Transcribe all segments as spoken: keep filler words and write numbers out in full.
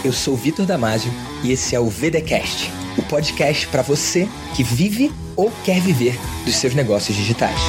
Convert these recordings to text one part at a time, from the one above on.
eu sou o Vitor Damasio e esse é o VDcast, o podcast para você que vive ou quer viver dos seus negócios digitais.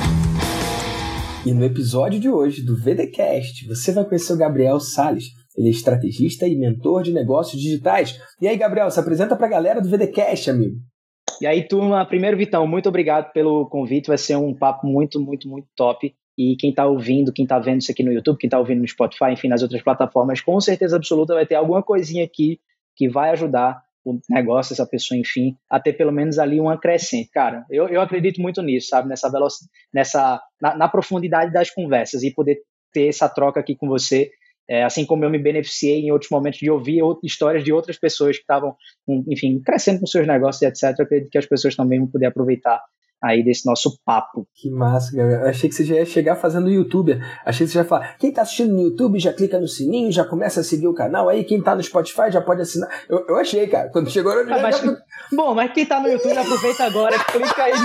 E no episódio de hoje do VDcast, você vai conhecer o Gabriel Salles. Ele é estrategista e mentor de negócios digitais. E aí, Gabriel, se apresenta para a galera do VDcast, amigo. E aí, turma, primeiro, Vitão, muito obrigado pelo convite, vai ser um papo muito, muito, muito top. E quem está ouvindo, quem está vendo isso aqui no YouTube, quem está ouvindo no Spotify, enfim, nas outras plataformas, com certeza absoluta vai ter alguma coisinha aqui que vai ajudar o negócio, essa pessoa, enfim, a ter pelo menos ali um acrescente. Cara, eu, eu acredito muito nisso, sabe, nessa velocidade, nessa, na, na profundidade das conversas e poder ter essa troca aqui com você, é, assim como eu me beneficiei em outros momentos de ouvir outras histórias de outras pessoas que estavam, enfim, crescendo com seus negócios, etcétera. Eu acredito que as pessoas também vão poder aproveitar aí desse nosso papo. Que massa, Gabriel. Eu achei que você já ia chegar fazendo youtuber. Achei que você já ia falar, quem tá assistindo no YouTube já clica no sininho, já começa a seguir o canal. Aí quem tá no Spotify já pode assinar. Eu, eu achei, cara. Quando chegou... Eu ah, já... mas, bom, mas quem tá no YouTube aproveita agora, clica aí.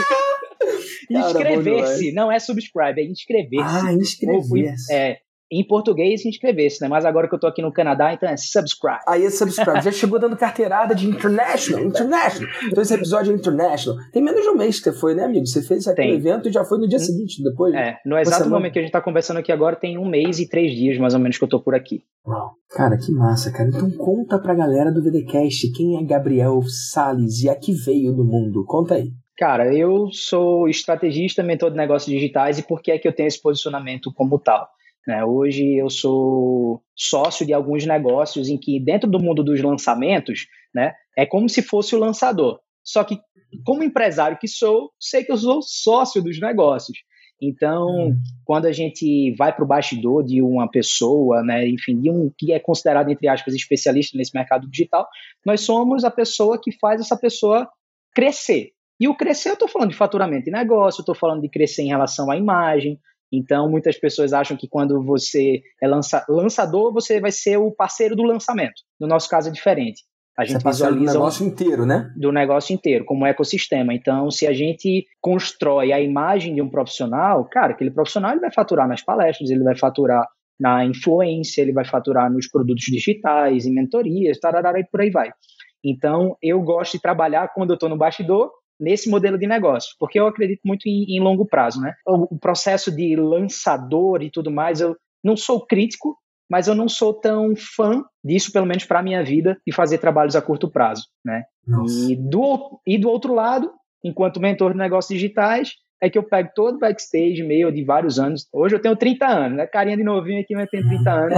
Inscrever-se, não é subscribe, é inscrever-se. Ah, inscrever-se. É, em português, inscrever-se, né? Mas agora que eu tô aqui no Canadá, então é subscribe. Aí é subscribe. Já chegou dando carteirada de international, international. Então esse episódio é international. Tem menos de um mês que você foi, né, amigo? Você fez aquele tem. evento e já foi no dia hum. seguinte, depois. É, no exato momento que a gente tá conversando aqui agora, tem um mês e três dias, mais ou menos, que eu tô por aqui. Uau. Cara, que massa, cara. Então conta pra galera do VDcast quem é Gabriel Salles e a que veio do mundo. Conta aí. Cara, eu sou estrategista, mentor de negócios digitais, e por que é que eu tenho esse posicionamento como tal? Né, hoje eu sou sócio de alguns negócios em que dentro do mundo dos lançamentos, né, é como se fosse o lançador. Só que como empresário que sou, sei que eu sou sócio dos negócios. Então, hum. quando a gente vai para o bastidor de uma pessoa, né, enfim, de um que é considerado, entre aspas, especialista nesse mercado digital, nós somos a pessoa que faz essa pessoa crescer. E o crescer eu estou falando de faturamento de negócio, estou falando de crescer em relação à imagem. Então, muitas pessoas acham que quando você é lança, lançador, você vai ser o parceiro do lançamento. No nosso caso é diferente. A gente você é parceiro visualiza do negócio inteiro, né? Do negócio inteiro, como ecossistema. Então, se a gente constrói a imagem de um profissional, cara, aquele profissional ele vai faturar nas palestras, ele vai faturar na influência, ele vai faturar nos produtos digitais, em mentorias, tararara, e por aí vai. Então, eu gosto de trabalhar quando eu estou no bastidor, nesse modelo de negócio, porque eu acredito muito em, em longo prazo, né? O, o processo de lançador e tudo mais, eu não sou crítico, mas eu não sou tão fã disso, pelo menos para a minha vida, de fazer trabalhos a curto prazo, né? E do, e do outro lado, enquanto mentor de negócios digitais, é que eu pego todo o backstage meu de vários anos. Hoje eu tenho trinta anos, né? Carinha de novinho aqui, mas tenho trinta anos.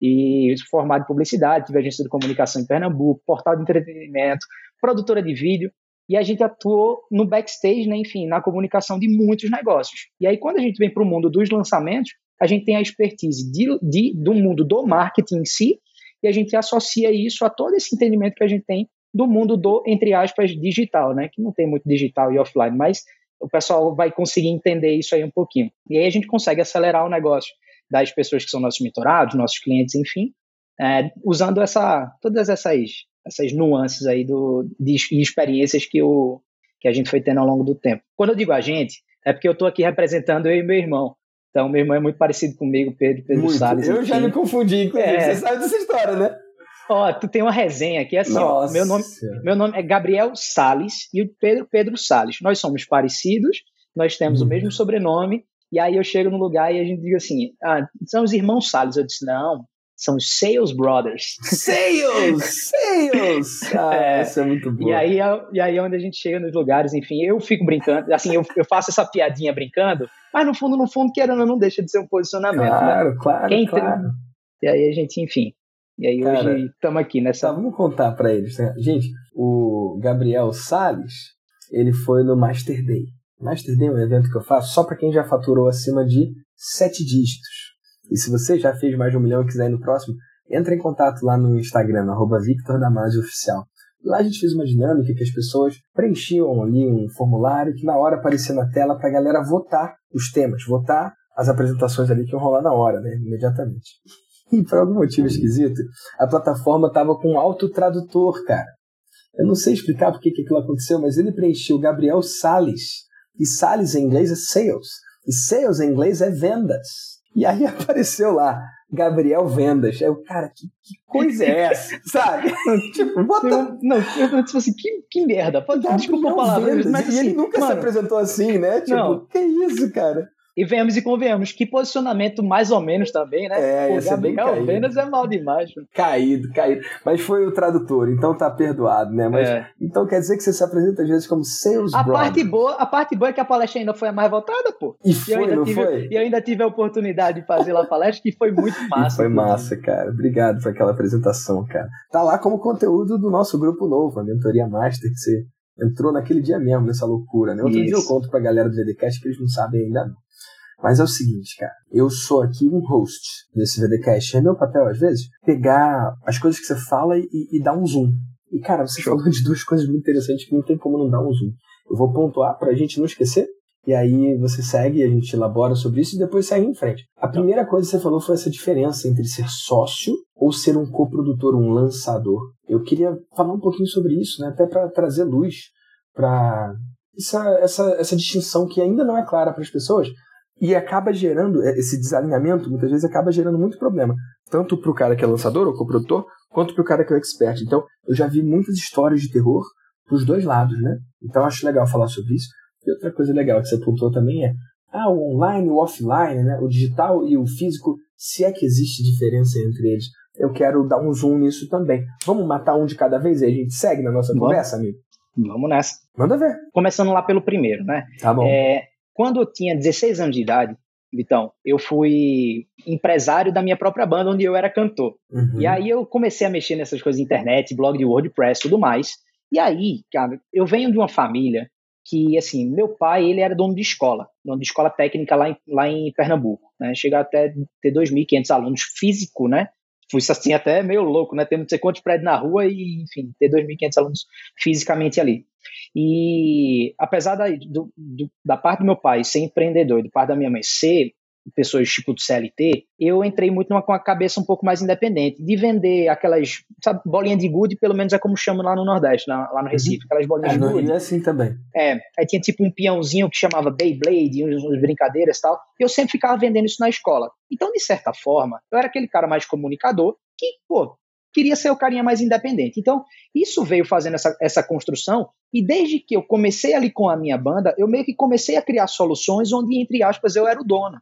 E formado em publicidade, tive agência de comunicação em Pernambuco, portal de entretenimento, produtora de vídeo. E a gente atuou no backstage, né, enfim, na comunicação de muitos negócios. E aí, quando a gente vem para o mundo dos lançamentos, a gente tem a expertise de, de, do mundo do marketing em si, e a gente associa isso a todo esse entendimento que a gente tem do mundo do, entre aspas, digital, né, que não tem muito digital e offline, mas o pessoal vai conseguir entender isso aí um pouquinho. E aí a gente consegue acelerar o negócio das pessoas que são nossos mentorados, nossos clientes, enfim, é, usando essa, todas essas... essas nuances aí do, de, de experiências que, o, que a gente foi tendo ao longo do tempo. Quando eu digo a gente, é porque eu estou aqui representando eu e meu irmão. Então, meu irmão é muito parecido comigo, Pedro, Pedro muito. Salles. Eu enfim. já me confundi, inclusive. É. Você sabe dessa história, né? Ó, tu tem uma resenha aqui, assim, ó, meu, nome, meu nome é Gabriel Salles e o Pedro, Pedro Salles. Nós somos parecidos, nós temos hum. o mesmo sobrenome, e aí eu chego no lugar e a gente diz assim, ah, são os irmãos Salles. Eu disse, não, são os Sales Brothers. Sales! Sales! Ah, é, isso é muito bom. E aí, e aí é onde a gente chega nos lugares, enfim, eu fico brincando, assim, eu, eu faço essa piadinha brincando, mas no fundo, no fundo, querendo ou não, deixa de ser um posicionamento, claro, né? Claro, Quem claro. Tem... E aí a gente, enfim, e aí Cara, hoje estamos aqui nessa... Tá, vamos contar pra eles, né? Gente, o Gabriel Salles, ele foi no Master Day. Master Day é um evento que eu faço só pra quem já faturou acima de sete dígitos. E se você já fez mais de um milhão e quiser ir no próximo, entra em contato lá no Instagram, arroba Victor Damasio Oficial. Lá a gente fez uma dinâmica que as pessoas preenchiam ali um formulário que na hora aparecia na tela para a galera votar os temas, votar as apresentações ali que iam rolar na hora, né, imediatamente. E por algum motivo esquisito, a plataforma estava com um autotradutor, cara. Eu não sei explicar por que aquilo aconteceu, mas ele preencheu Gabriel Salles. E Salles em inglês é sales. E sales em inglês é vendas. E aí apareceu lá, Gabriel Vendas. Eu, cara, que, que coisa é essa? Sabe? Tipo, bota... Eu, não, eu, tipo assim, que, que merda. Pode, desculpa a palavra, Vendas. mas E assim, ele nunca mano, se apresentou assim, né? Tipo, não. Que isso, cara? E venhamos e convenhamos, que posicionamento mais ou menos também, né? É, O Gabriel Vendas é mal demais. Mano. Caído, caído. Mas foi o tradutor, então tá perdoado, né? Mas, é. Então quer dizer que você se apresenta às vezes como Sales a Brothers. parte boa A parte boa é que a palestra ainda foi a mais votada, pô. E foi, e eu ainda não tive, foi? E eu ainda tive a oportunidade de fazer lá a palestra, que foi muito massa. E foi inclusive. massa, cara. Obrigado por aquela apresentação, cara. Tá lá como conteúdo do nosso grupo novo, a Mentoria Master, que você entrou naquele dia mesmo, nessa loucura, né? Outro Isso. dia eu conto pra galera do VDcast que eles não sabem ainda não. Mas é o seguinte, cara, eu sou aqui um host desse VDcast. É meu papel, às vezes, pegar as coisas que você fala e, e dar um zoom. E, cara, você Show. falou de duas coisas muito interessantes que não tem como não dar um zoom. Eu vou pontuar pra gente não esquecer, e aí você segue, a gente elabora sobre isso e depois segue em frente. A primeira coisa que você falou foi essa diferença entre ser sócio ou ser um coprodutor, um lançador. Eu queria falar um pouquinho sobre isso, né, até para trazer luz para essa, essa, essa distinção que ainda não é clara para as pessoas. E acaba gerando, esse desalinhamento, muitas vezes acaba gerando muito problema. Tanto para o cara que é lançador ou coprodutor, quanto para o cara que é o expert. Então, eu já vi muitas histórias de terror dos dois lados, né? Então, acho legal falar sobre isso. E outra coisa legal que você apontou também é ah, o online e o offline, né? O digital e o físico, se é que existe diferença entre eles. Eu quero dar um zoom nisso também. Vamos matar um de cada vez e a gente segue na nossa Vamos. conversa, amigo? Vamos nessa. Manda ver. Começando lá pelo primeiro, né? Tá bom. É... Quando eu tinha dezesseis anos de idade, Vitão, eu fui empresário da minha própria banda, onde eu era cantor. Uhum. E aí eu comecei a mexer nessas coisas de internet, blog de WordPress e tudo mais. E aí, cara, eu venho de uma família que, assim, meu pai, ele era dono de escola, dono de escola técnica lá em, lá em Pernambuco, né? Chega até ter dois mil e quinhentos alunos físico, né? Foi assim até meio louco, né? Ter não sei quantos prédios na rua e, enfim, ter dois mil e quinhentos alunos fisicamente ali. E apesar da, do, do, da parte do meu pai ser empreendedor e da parte da minha mãe ser pessoas tipo do C L T, eu entrei muito numa, com a cabeça um pouco mais independente, de vender aquelas, sabe, bolinha de gude, pelo menos é como chamam lá no Nordeste, lá, lá no Recife, aquelas bolinhas é, de gude. É assim também. É, aí tinha tipo um peãozinho que chamava Beyblade, uns, uns brincadeiras e tal, e eu sempre ficava vendendo isso na escola. Então, de certa forma, eu era aquele cara mais comunicador que, pô, queria ser o carinha mais independente. Então, isso veio fazendo essa, essa construção, e desde que eu comecei ali com a minha banda, eu meio que comecei a criar soluções onde, entre aspas, eu era o dono.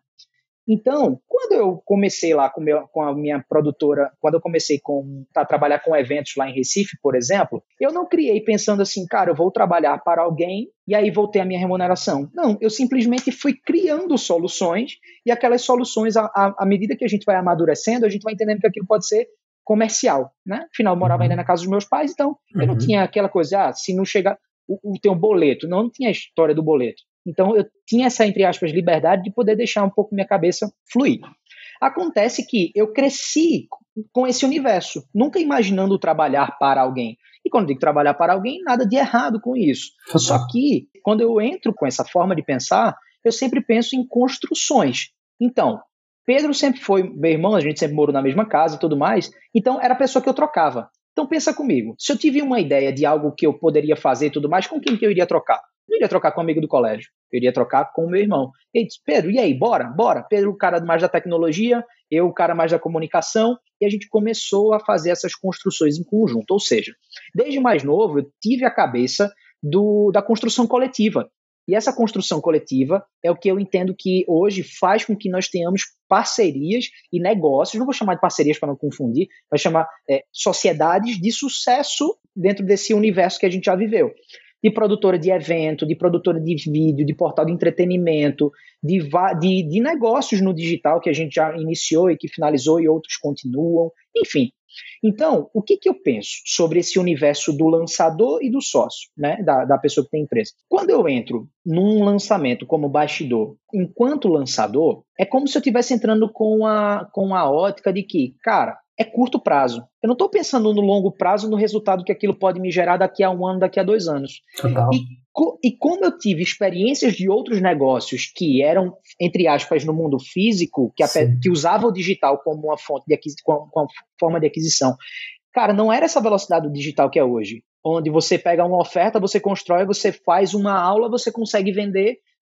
Então, quando eu comecei lá com, meu, com a minha produtora, quando eu comecei com, a trabalhar com eventos lá em Recife, por exemplo, eu não criei pensando assim, cara, eu vou trabalhar para alguém e aí vou ter a minha remuneração. Não, eu simplesmente fui criando soluções e aquelas soluções, à, à medida que a gente vai amadurecendo, a gente vai entendendo que aquilo pode ser comercial, né? Afinal, eu morava ainda na casa dos meus pais, então eu não tinha aquela coisa, ah, se não chegar, o, o teu boleto, não, não tinha a história do boleto. Então, eu tinha essa, entre aspas, liberdade de poder deixar um pouco minha cabeça fluir. Acontece que eu cresci com esse universo, nunca imaginando trabalhar para alguém. E quando eu digo trabalhar para alguém, nada de errado com isso. Uhum. Só que, quando eu entro com essa forma de pensar, eu sempre penso em construções. Então, Pedro sempre foi meu irmão, a gente sempre morou na mesma casa e tudo mais, então era a pessoa que eu trocava. Então, pensa comigo, se eu tive uma ideia de algo que eu poderia fazer e tudo mais, com quem que eu iria trocar? Eu iria trocar com um amigo do colégio, eu iria trocar com o meu irmão. Ele disse, Pedro, e aí, bora? Bora. Pedro, o cara mais da tecnologia, eu, o cara mais da comunicação, e a gente começou a fazer essas construções em conjunto. Ou seja, desde mais novo, eu tive a cabeça do, da construção coletiva. E essa construção coletiva é o que eu entendo que hoje faz com que nós tenhamos parcerias e negócios, não vou chamar de parcerias para não confundir, vai chamar é, sociedades de sucesso dentro desse universo que a gente já viveu. De produtora de evento, de produtora de vídeo, de portal de entretenimento, de, de, de negócios no digital que a gente já iniciou e que finalizou e outros continuam, enfim. Então, o que, que eu penso sobre esse universo do lançador e do sócio, né, da, da pessoa que tem empresa? Quando eu entro num lançamento como bastidor, enquanto lançador, é como se eu estivesse entrando com a, com a ótica de que, cara, é curto prazo. Eu não estou pensando no longo prazo, no resultado que aquilo pode me gerar daqui a um ano, daqui a dois anos. Total. E, e como eu tive experiências de outros negócios que eram, entre aspas, no mundo físico, que, a, que usavam o digital como uma fonte de aquisição, como uma forma de aquisição, cara, não era essa velocidade do digital que é hoje, onde você pega uma oferta, você constrói, você faz uma aula, você consegue vender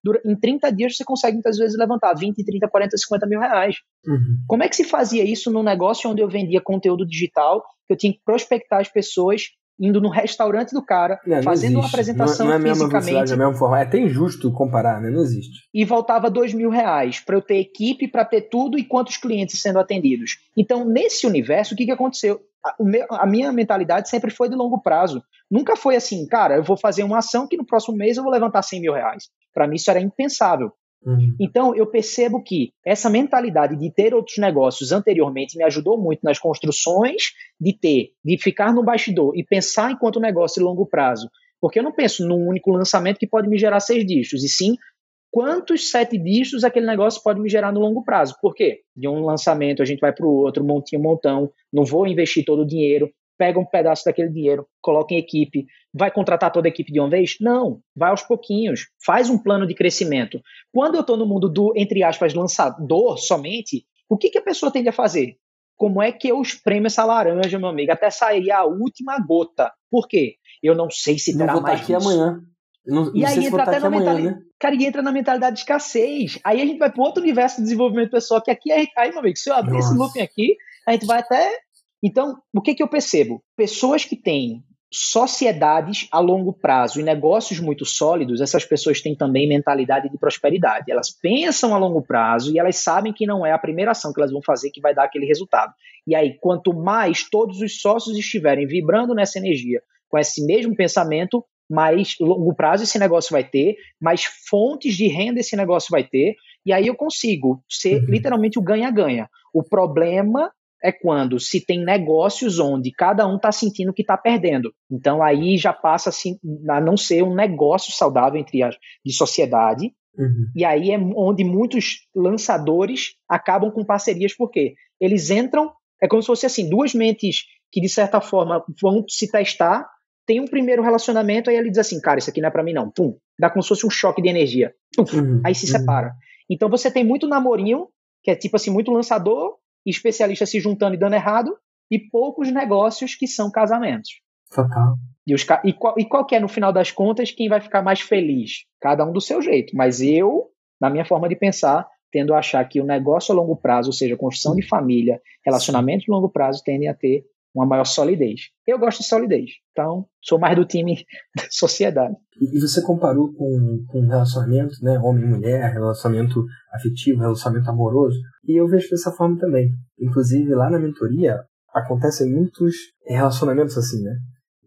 em trinta dias você consegue muitas vezes levantar vinte, trinta, quarenta, cinquenta mil reais. Uhum. Como é que se fazia isso num negócio onde eu vendia conteúdo digital, que eu tinha que prospectar as pessoas indo no restaurante do cara, não, fazendo não uma apresentação não, não é fisicamente, é a mesma forma. É até injusto comparar, né? Não existe. E voltava dois mil reais para eu ter equipe, para ter tudo e quantos clientes sendo atendidos. Então, nesse universo, o que, que aconteceu? A, o meu, a minha mentalidade sempre foi de longo prazo. Nunca foi assim, cara, eu vou fazer uma ação que no próximo mês eu vou levantar cem mil reais. Para mim isso era impensável. Uhum. Então, eu percebo que essa mentalidade de ter outros negócios anteriormente me ajudou muito nas construções de ter, de ficar no bastidor e pensar enquanto negócio de longo prazo. Porque eu não penso num único lançamento que pode me gerar seis dígitos, e sim quantos sete dígitos aquele negócio pode me gerar no longo prazo. Por quê? De um lançamento a gente vai para o outro, montinho, montão, não vou investir todo o dinheiro, pega um pedaço daquele dinheiro, coloca em equipe, vai contratar toda a equipe de uma vez? Não, vai aos pouquinhos, faz um plano de crescimento. Quando eu estou no mundo do, entre aspas, lançador somente, o que, que a pessoa tende a fazer? Como é que eu espremo essa laranja, meu amigo, até sair a última gota? Por quê? Eu não sei se terá não vou mais estar aqui disso. amanhã. Não, E não aí sei se entra vou até estar na aqui amanhã, mentalidade, né? cara, e entra na mentalidade de escassez. Aí a gente vai para outro universo de desenvolvimento pessoal, que aqui é, aí, meu amigo, se eu abrir Nossa. esse looping aqui, a gente vai até... Então, o que que eu percebo? Pessoas que têm sociedades a longo prazo e negócios muito sólidos, essas pessoas têm também mentalidade de prosperidade. Elas pensam a longo prazo e elas sabem que não é a primeira ação que elas vão fazer que vai dar aquele resultado. E aí, quanto mais todos os sócios estiverem vibrando nessa energia, com esse mesmo pensamento, mais longo prazo esse negócio vai ter, mais fontes de renda esse negócio vai ter, e aí eu consigo ser Uhum. literalmente o ganha-ganha. O problema é quando se tem negócios onde cada um está sentindo que está perdendo. Então aí já passa assim, a não ser um negócio saudável entre as de sociedade. Uhum. E aí é onde muitos lançadores acabam com parcerias, porque eles entram, é como se fosse assim, duas mentes que de certa forma vão se testar, tem um primeiro relacionamento, aí ele diz assim, cara, isso aqui não é pra mim não, pum, dá como se fosse um choque de energia, Uf, Uhum. aí se Uhum. separa. Então você tem muito namorinho, que é tipo assim, muito lançador, especialista se juntando e dando errado, e poucos negócios que são casamentos. Total. E, os, e, qual, e qual que é, no final das contas, quem vai ficar mais feliz? Cada um do seu jeito. Mas eu, na minha forma de pensar, tendo a achar que o negócio a longo prazo, ou seja, construção de família, relacionamentos de longo prazo, tendem a ter uma maior solidez. Eu gosto de solidez. Então, sou mais do time da sociedade. E, e você comparou com, com relacionamento, né? Homem e mulher, relacionamento afetivo, relacionamento amoroso. E eu vejo dessa forma também. Inclusive, lá na mentoria, acontecem muitos relacionamentos assim, né?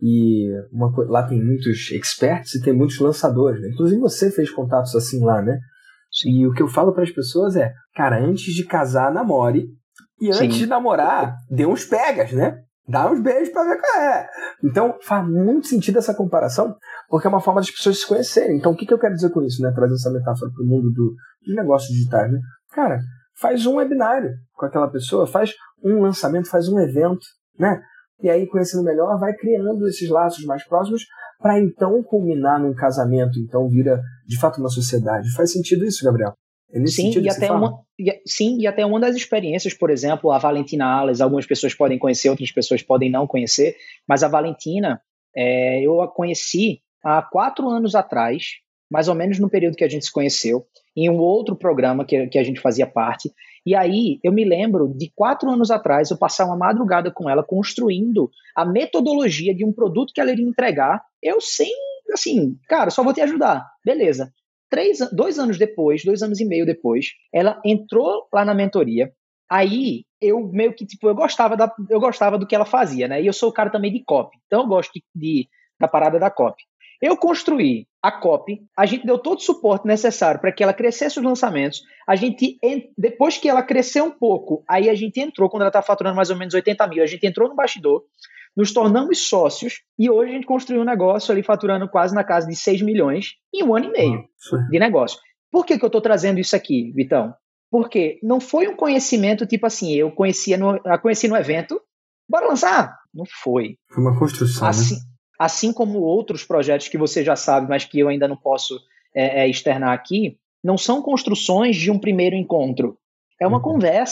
E uma, lá tem muitos experts e tem muitos lançadores, né? Inclusive você fez contatos assim lá, né? Sim. E o que eu falo para as pessoas é, cara, antes de casar, namore. E antes Sim. de namorar, dê uns pegas, né? Dá uns beijos pra ver qual é. Então, faz muito sentido essa comparação, porque é uma forma das pessoas se conhecerem. Então, o que, que eu quero dizer com isso, né? Trazer essa metáfora pro mundo do, dos negócios digitais, né? Cara, faz um webinário com aquela pessoa, faz um lançamento, faz um evento, né? E aí, conhecendo melhor, vai criando esses laços mais próximos para então culminar num casamento, então vira, de fato, uma sociedade. Faz sentido isso, Gabriel? É nesse sim, sentido e que até você fala? uma, e, sim, e até uma das experiências, por exemplo, a Valentina Alves, algumas pessoas podem conhecer, outras pessoas podem não conhecer, mas a Valentina, é, eu a conheci há quatro anos atrás, mais ou menos no período que a gente se conheceu, em um outro programa que, que a gente fazia parte, e aí eu me lembro de quatro anos atrás eu passar uma madrugada com ela construindo a metodologia de um produto que ela iria entregar, eu sem, assim, cara, só vou te ajudar, beleza. Três, dois anos depois, dois anos e meio depois, ela entrou lá na mentoria. Aí eu meio que tipo eu gostava da, eu gostava do que ela fazia, né? E eu sou o cara também de copy, então eu gosto de, de da parada da copy. Eu construí a copy, a gente deu todo o suporte necessário para que ela crescesse os lançamentos. A gente depois que ela cresceu um pouco, aí a gente entrou quando ela está faturando mais ou menos oitenta mil, a gente entrou no bastidor. Nos tornamos sócios e hoje a gente construiu um negócio ali faturando quase na casa de seis milhões em um ano e meio de negócio. Por que que eu estou trazendo isso aqui, Vitão? Porque não foi um conhecimento tipo assim, eu conhecia no, a conheci no evento, bora lançar? Não foi. Foi uma construção, assim, né? Assim como outros projetos que você já sabe, mas que eu ainda não posso é, é, externar aqui, não são construções de um primeiro encontro. É uma uhum. conversa.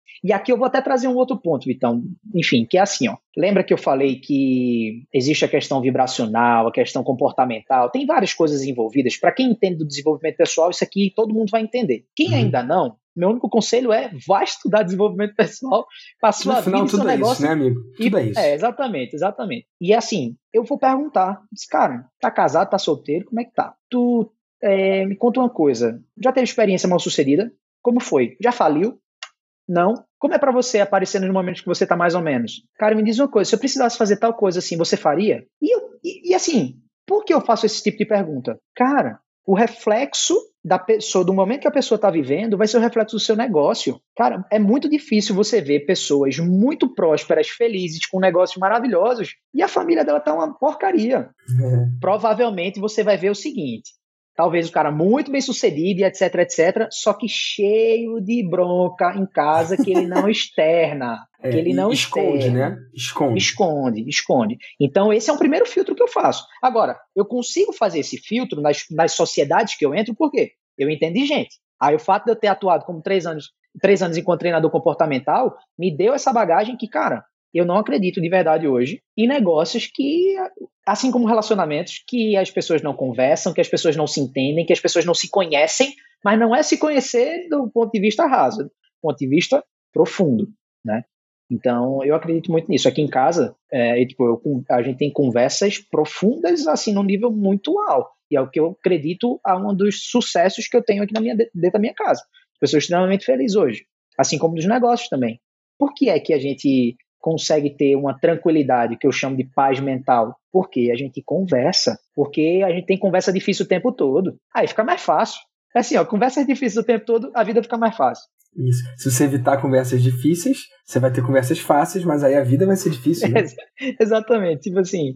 E aqui eu vou até trazer um outro ponto, então, enfim, que é assim, ó. Lembra que eu falei que existe a questão vibracional, a questão comportamental, tem várias coisas envolvidas. Para quem entende do desenvolvimento pessoal, isso aqui todo mundo vai entender. Quem uhum. ainda não, meu único conselho é vá estudar desenvolvimento pessoal para sua no final, vida e seu tudo negócio. É isso, né, amigo? Tudo e, é isso. É, exatamente, exatamente. E assim, eu vou perguntar, cara, tá casado, tá solteiro, como é que tá? Tu é, me conta uma coisa, já teve experiência mal sucedida? Como foi? Já faliu? Não. Como é pra você aparecer nos momentos que você tá mais ou menos? Cara, me diz uma coisa, se eu precisasse fazer tal coisa assim, você faria? E, eu, e, e assim, por que eu faço esse tipo de pergunta? Cara, o reflexo da pessoa, do momento que a pessoa tá vivendo, vai ser o reflexo do seu negócio. Cara, é muito difícil você ver pessoas muito prósperas, felizes, com negócios maravilhosos, e a família dela tá uma porcaria. É. Provavelmente você vai ver o seguinte: talvez o cara muito bem sucedido e etc, etc, só que cheio de bronca em casa que ele não externa. É, que ele não esconde, externa. né? Esconde. Esconde, esconde. Então esse é um primeiro filtro que eu faço. Agora, eu consigo fazer esse filtro nas, nas sociedades que eu entro, por quê? Eu entendo de gente. Aí o fato de eu ter atuado como três anos, três anos enquanto treinador comportamental me deu essa bagagem que, cara, eu não acredito de verdade hoje em negócios que, assim como relacionamentos, que as pessoas não conversam, que as pessoas não se entendem, que as pessoas não se conhecem, mas não é se conhecer do ponto de vista raso, do ponto de vista profundo, né? Então, eu acredito muito nisso. Aqui em casa, é, tipo, eu, a gente tem conversas profundas, assim, num nível muito alto. E é o que eu acredito a um dos sucessos que eu tenho aqui na minha, dentro da minha casa. Pessoas extremamente felizes hoje. Assim como nos negócios também. Por que é que a gente consegue ter uma tranquilidade que eu chamo de paz mental? Porque a gente conversa. Porque a gente tem conversa difícil o tempo todo. Aí fica mais fácil. É assim, ó, conversas difíceis o tempo todo, a vida fica mais fácil. Isso. Se você evitar conversas difíceis, você vai ter conversas fáceis, mas aí a vida vai ser difícil, né? Exatamente. Tipo assim,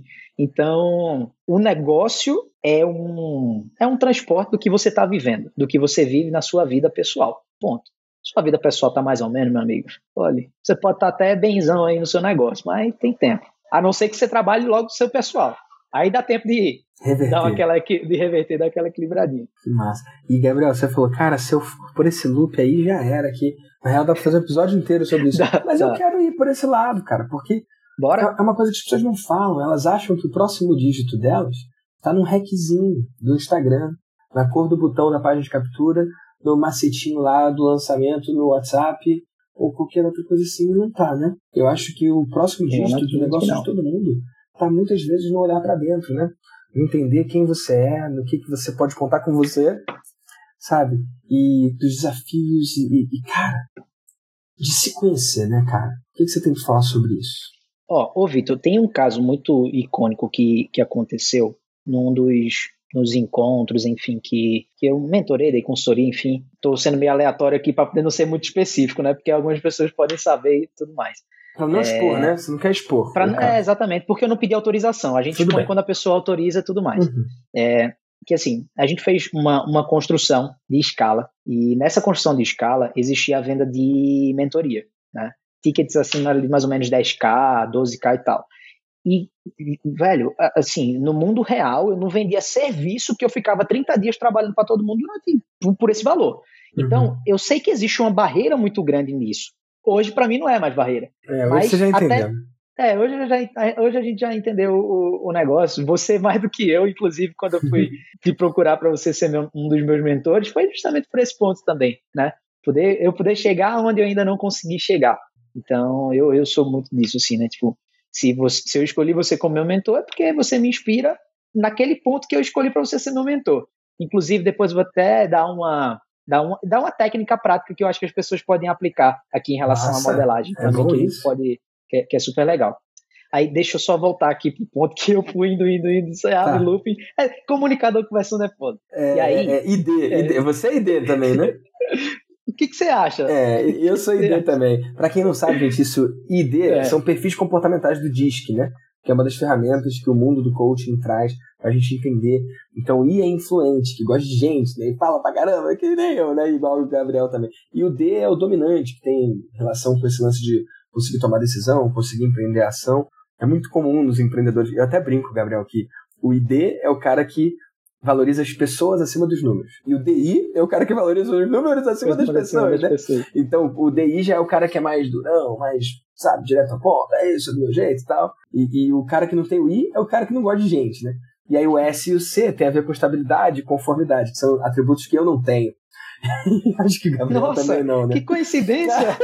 então, o negócio é um, é um transporte do que você está vivendo, do que você vive na sua vida pessoal. Ponto. Sua vida pessoal está mais ou menos, meu amigo. Olha, você pode estar tá até benzão aí no seu negócio, mas tem tempo. A não ser que você trabalhe logo no seu pessoal. Aí dá tempo de reverter. Dar aquela, de reverter, dar aquela equilibradinha. Que massa. E, Gabriel, você falou, cara, se eu for por esse loop aí, já era aqui. Na real, dá pra fazer um episódio inteiro sobre isso. Dá, Mas dá. Eu quero ir por esse lado, cara, porque Bora. é uma coisa que as pessoas não falam. Elas acham que o próximo dígito delas tá num hackzinho do Instagram, na cor do botão da página de captura, no macetinho lá do lançamento no WhatsApp, ou qualquer outra coisa assim. Não tá, né? Eu acho que o próximo dígito do negócio de todo mundo tá muitas vezes no olhar pra dentro, né? Entender quem você é, no que, que você pode contar com você, sabe? E dos desafios e, e, cara, de se conhecer, né, cara? O que, que você tem que falar sobre isso? Ó, ô Vitor, tem um caso muito icônico que, que aconteceu num dos nos encontros, enfim, que, que eu mentorei, dei consultoria, enfim. Tô sendo meio aleatório aqui para poder não ser muito específico, né? Porque algumas pessoas podem saber e tudo mais. Pra não é... expor, né? Você não quer expor. Pra, é, exatamente, porque eu não pedi autorização. A gente tudo expõe bem. Quando a pessoa autoriza e tudo mais. Uhum. É, que assim, a gente fez uma, uma construção de escala, e nessa construção de escala existia a venda de mentoria, né? Tickets assim, de mais ou menos dez K, doze K e tal. E, velho, assim, no mundo real, eu não vendia serviço que eu ficava trinta dias trabalhando para todo mundo por, por esse valor. Então, uhum. eu sei que existe uma barreira muito grande nisso. Hoje, para mim, não é mais barreira. É, hoje você já entendeu. É, hoje, eu já, hoje a gente já entendeu o, o negócio. Você mais do que eu, inclusive, quando eu fui te procurar para você ser meu, um dos meus mentores, foi justamente por esse ponto também, né? Poder, eu poder chegar onde eu ainda não consegui chegar. Então, eu, eu sou muito disso, assim, né? Tipo, se, você, se eu escolhi você como meu mentor, é porque você me inspira naquele ponto que eu escolhi para você ser meu mentor. Inclusive, depois eu vou até dar uma... Dá uma, dá uma técnica prática que eu acho que as pessoas podem aplicar aqui em relação Nossa, à modelagem é também, que, pode, que, é, que é super legal. Aí deixa eu só voltar aqui pro ponto que eu fui indo, indo, indo, você abre tá. looping. É, comunicador conversando é foda. É, e aí, é, I D, é, I D, você é I D também, né? O que, que você acha? É, eu sou I D também. Pra quem não sabe, gente, isso I D é. são perfis comportamentais do D I S C, né? Que é uma das ferramentas que o mundo do coaching traz pra gente entender. Então, o I é influente, que gosta de gente, né? E fala pra caramba, que nem eu, né? Igual o Gabriel também. E o D é o dominante, que tem relação com esse lance de conseguir tomar decisão, conseguir empreender ação. É muito comum nos empreendedores. Eu até brinco, Gabriel, que o I D é o cara que valoriza as pessoas acima dos números. E o D I é o cara que valoriza os números acima das pessoas, né? Pessoas. Então, o D I já é o cara que é mais durão, mais, sabe, direto a ponta, é isso, é do meu jeito e tal. E, e o cara que não tem o I é o cara que não gosta de gente, né? E aí o S e o C tem a ver com estabilidade e conformidade, que são atributos que eu não tenho. Acho que o Gabriel Nossa, também não, né? Que coincidência!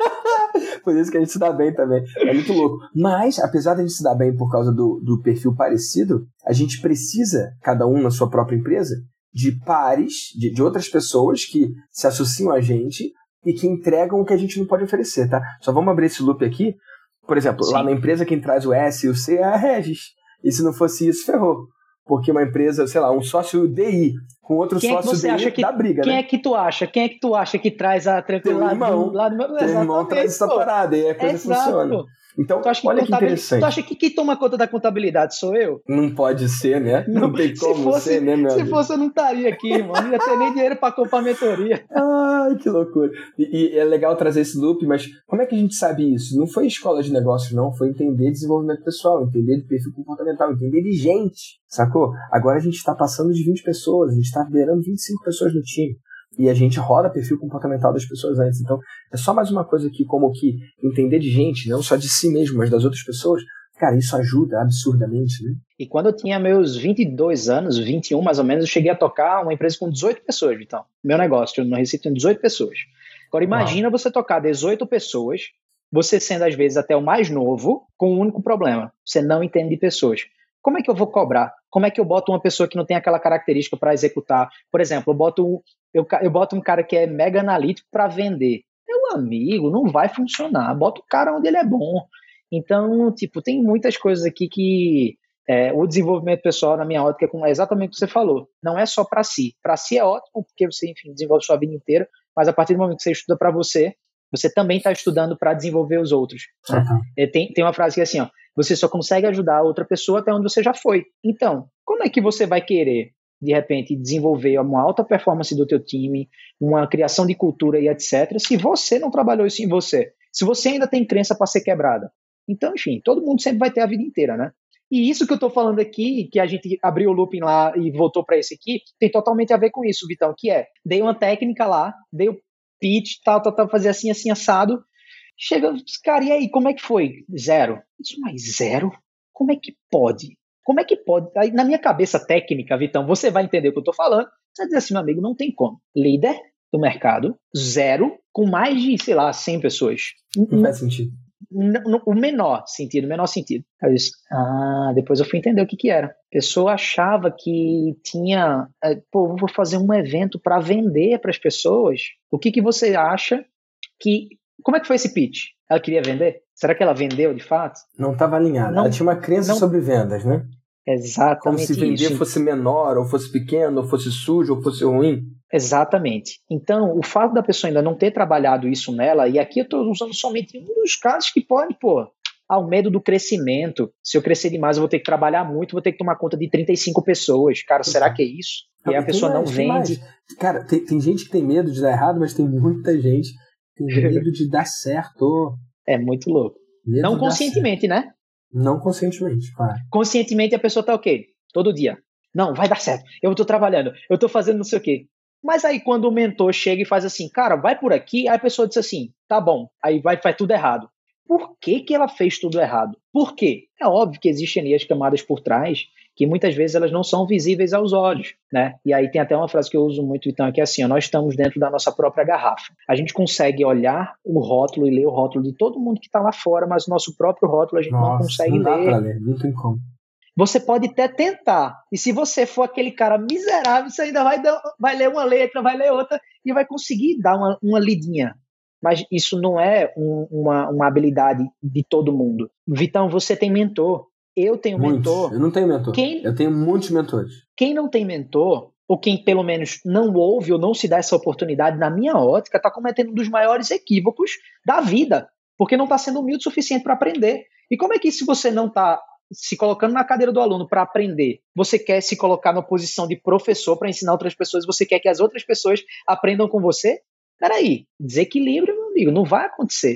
Por isso que a gente se dá bem também. É muito louco. Mas, apesar de a gente se dar bem por causa do, do perfil parecido, a gente precisa, cada um na sua própria empresa, de pares, de, de outras pessoas que se associam a gente e que entregam o que a gente não pode oferecer, tá? Só vamos abrir esse loop aqui. Por exemplo, Sim. lá na empresa quem traz o S e o C é a Regis. E se não fosse isso, ferrou. Porque uma empresa, sei lá, um sócio D I com outro quem sócio é que você D I acha que, dá briga, quem né? Quem é que tu acha? Quem é que tu acha que traz a tranquilidade do lado do meu... Teu irmão traz essa parada e a coisa Exato. funciona. Então, tu acha que olha que interessante. Tu acha que quem toma conta da contabilidade sou eu? Não pode ser, né? Não, não tem como se fosse, ser, né, meu Se amigo? fosse, eu não estaria aqui, mano. Não ia ter nem dinheiro pra comprar mentoria. Ai, que loucura. E, e é legal trazer esse loop, mas como é que a gente sabe isso? Não foi escola de negócios, não. Foi entender desenvolvimento pessoal, entender de perfil comportamental, entender de gente, sacou? Agora a gente está passando de vinte pessoas, a gente está beirando vinte e cinco pessoas no time. E a gente roda perfil comportamental das pessoas antes. Então, é só mais uma coisa aqui, como que entender de gente, não só de si mesmo, mas das outras pessoas. Cara, isso ajuda absurdamente, né? E quando eu tinha meus vinte e dois anos, vinte e um mais ou menos, eu cheguei a tocar uma empresa com dezoito pessoas, então. Meu negócio, no Recife tem dezoito pessoas. Agora, imagina Uau. Você tocar dezoito pessoas, você sendo às vezes até o mais novo, com um único problema. Você não entende de pessoas. Como é que eu vou cobrar? Como é que eu boto uma pessoa que não tem aquela característica para executar? Por exemplo, eu boto, um, eu, eu boto um cara que é mega analítico para vender. Meu amigo, não vai funcionar. Bota o cara onde ele é bom. Então, tipo, tem muitas coisas aqui que é, o desenvolvimento pessoal, na minha ótica, é exatamente o que você falou. Não é só para si. Para si é ótimo, porque você, enfim, desenvolve sua vida inteira, mas a partir do momento que você estuda para você, você também está estudando para desenvolver os outros. Uhum. É, tem, tem uma frase que é assim, ó, você só consegue ajudar a outra pessoa até onde você já foi. Então, como é que você vai querer, de repente, desenvolver uma alta performance do teu time, uma criação de cultura e etcétera, se você não trabalhou isso em você? Se você ainda tem crença para ser quebrada? Então, enfim, todo mundo sempre vai ter a vida inteira, né? E isso que eu estou falando aqui, que a gente abriu o looping lá e voltou para esse aqui, tem totalmente a ver com isso, Vitão, que é, dei uma técnica lá, dei o pitch, tal, tal, tal, fazer assim, assim, assado. Chega os caras, e aí, como é que foi? Zero. Isso, mas zero? Como é que pode? Como é que pode? Aí, na minha cabeça técnica, Vitão, você vai entender o que eu tô falando. Você vai dizer assim, meu amigo, não tem como. Líder do mercado, zero, com mais de, sei lá, cem pessoas. Não faz sentido. No, o menor sentido, o menor sentido. Aí eu disse, ah, depois eu fui entender o que que era. A pessoa achava que tinha, pô, vou fazer um evento para vender para as pessoas. O que que você acha que... Como é que foi esse pitch? Ela queria vender? Será que ela vendeu de fato? Não estava alinhada. Ela tinha uma crença não... sobre vendas, né? Exatamente. Como se vender isso. fosse menor, ou fosse pequeno, ou fosse sujo, ou fosse ruim. Exatamente. Então, o fato da pessoa ainda não ter trabalhado isso nela, e aqui eu estou usando somente um dos casos que pode, pô, ah, o medo do crescimento. Se eu crescer demais, eu vou ter que trabalhar muito, vou ter que tomar conta de trinta e cinco pessoas. Cara, Exato. Será que é isso? E a pessoa mais, não vende. Cara, tem, tem gente que tem medo de dar errado, mas tem muita gente que tem medo de dar certo. É muito louco. Medo não conscientemente, né? Não conscientemente, claro. Conscientemente a pessoa tá ok, todo dia. Não, vai dar certo. Eu tô trabalhando, eu tô fazendo não sei o quê. Mas aí quando o mentor chega e faz assim, cara, vai por aqui, aí a pessoa diz assim, tá bom, aí vai faz tudo errado. Por que que ela fez tudo errado? Por quê? É óbvio que existem ali as camadas por trás, que muitas vezes elas não são visíveis aos olhos, né? E aí tem até uma frase que eu uso muito, então, que é assim, ó, nós estamos dentro da nossa própria garrafa. A gente consegue olhar o rótulo e ler o rótulo de todo mundo que está lá fora, mas o nosso próprio rótulo a gente nossa, não consegue não dá ler. Pra ler. Não tem como. Você pode até tentar, e se você for aquele cara miserável, você ainda vai, dar, vai ler uma letra, vai ler outra, e vai conseguir dar uma, uma lidinha. Mas isso não é um, uma, uma habilidade de todo mundo. Vitão, você tem mentor. Eu tenho muitos. mentor. Eu não tenho mentor. Quem, eu tenho muitos mentores. Quem não tem mentor, ou quem pelo menos não ouve ou não se dá essa oportunidade, na minha ótica, está cometendo um dos maiores equívocos da vida. Porque não está sendo humilde o suficiente para aprender. E como é que se você não está se colocando na cadeira do aluno para aprender, você quer se colocar na posição de professor para ensinar outras pessoas, você quer que as outras pessoas aprendam com você? Peraí, desequilíbrio, meu amigo, não vai acontecer.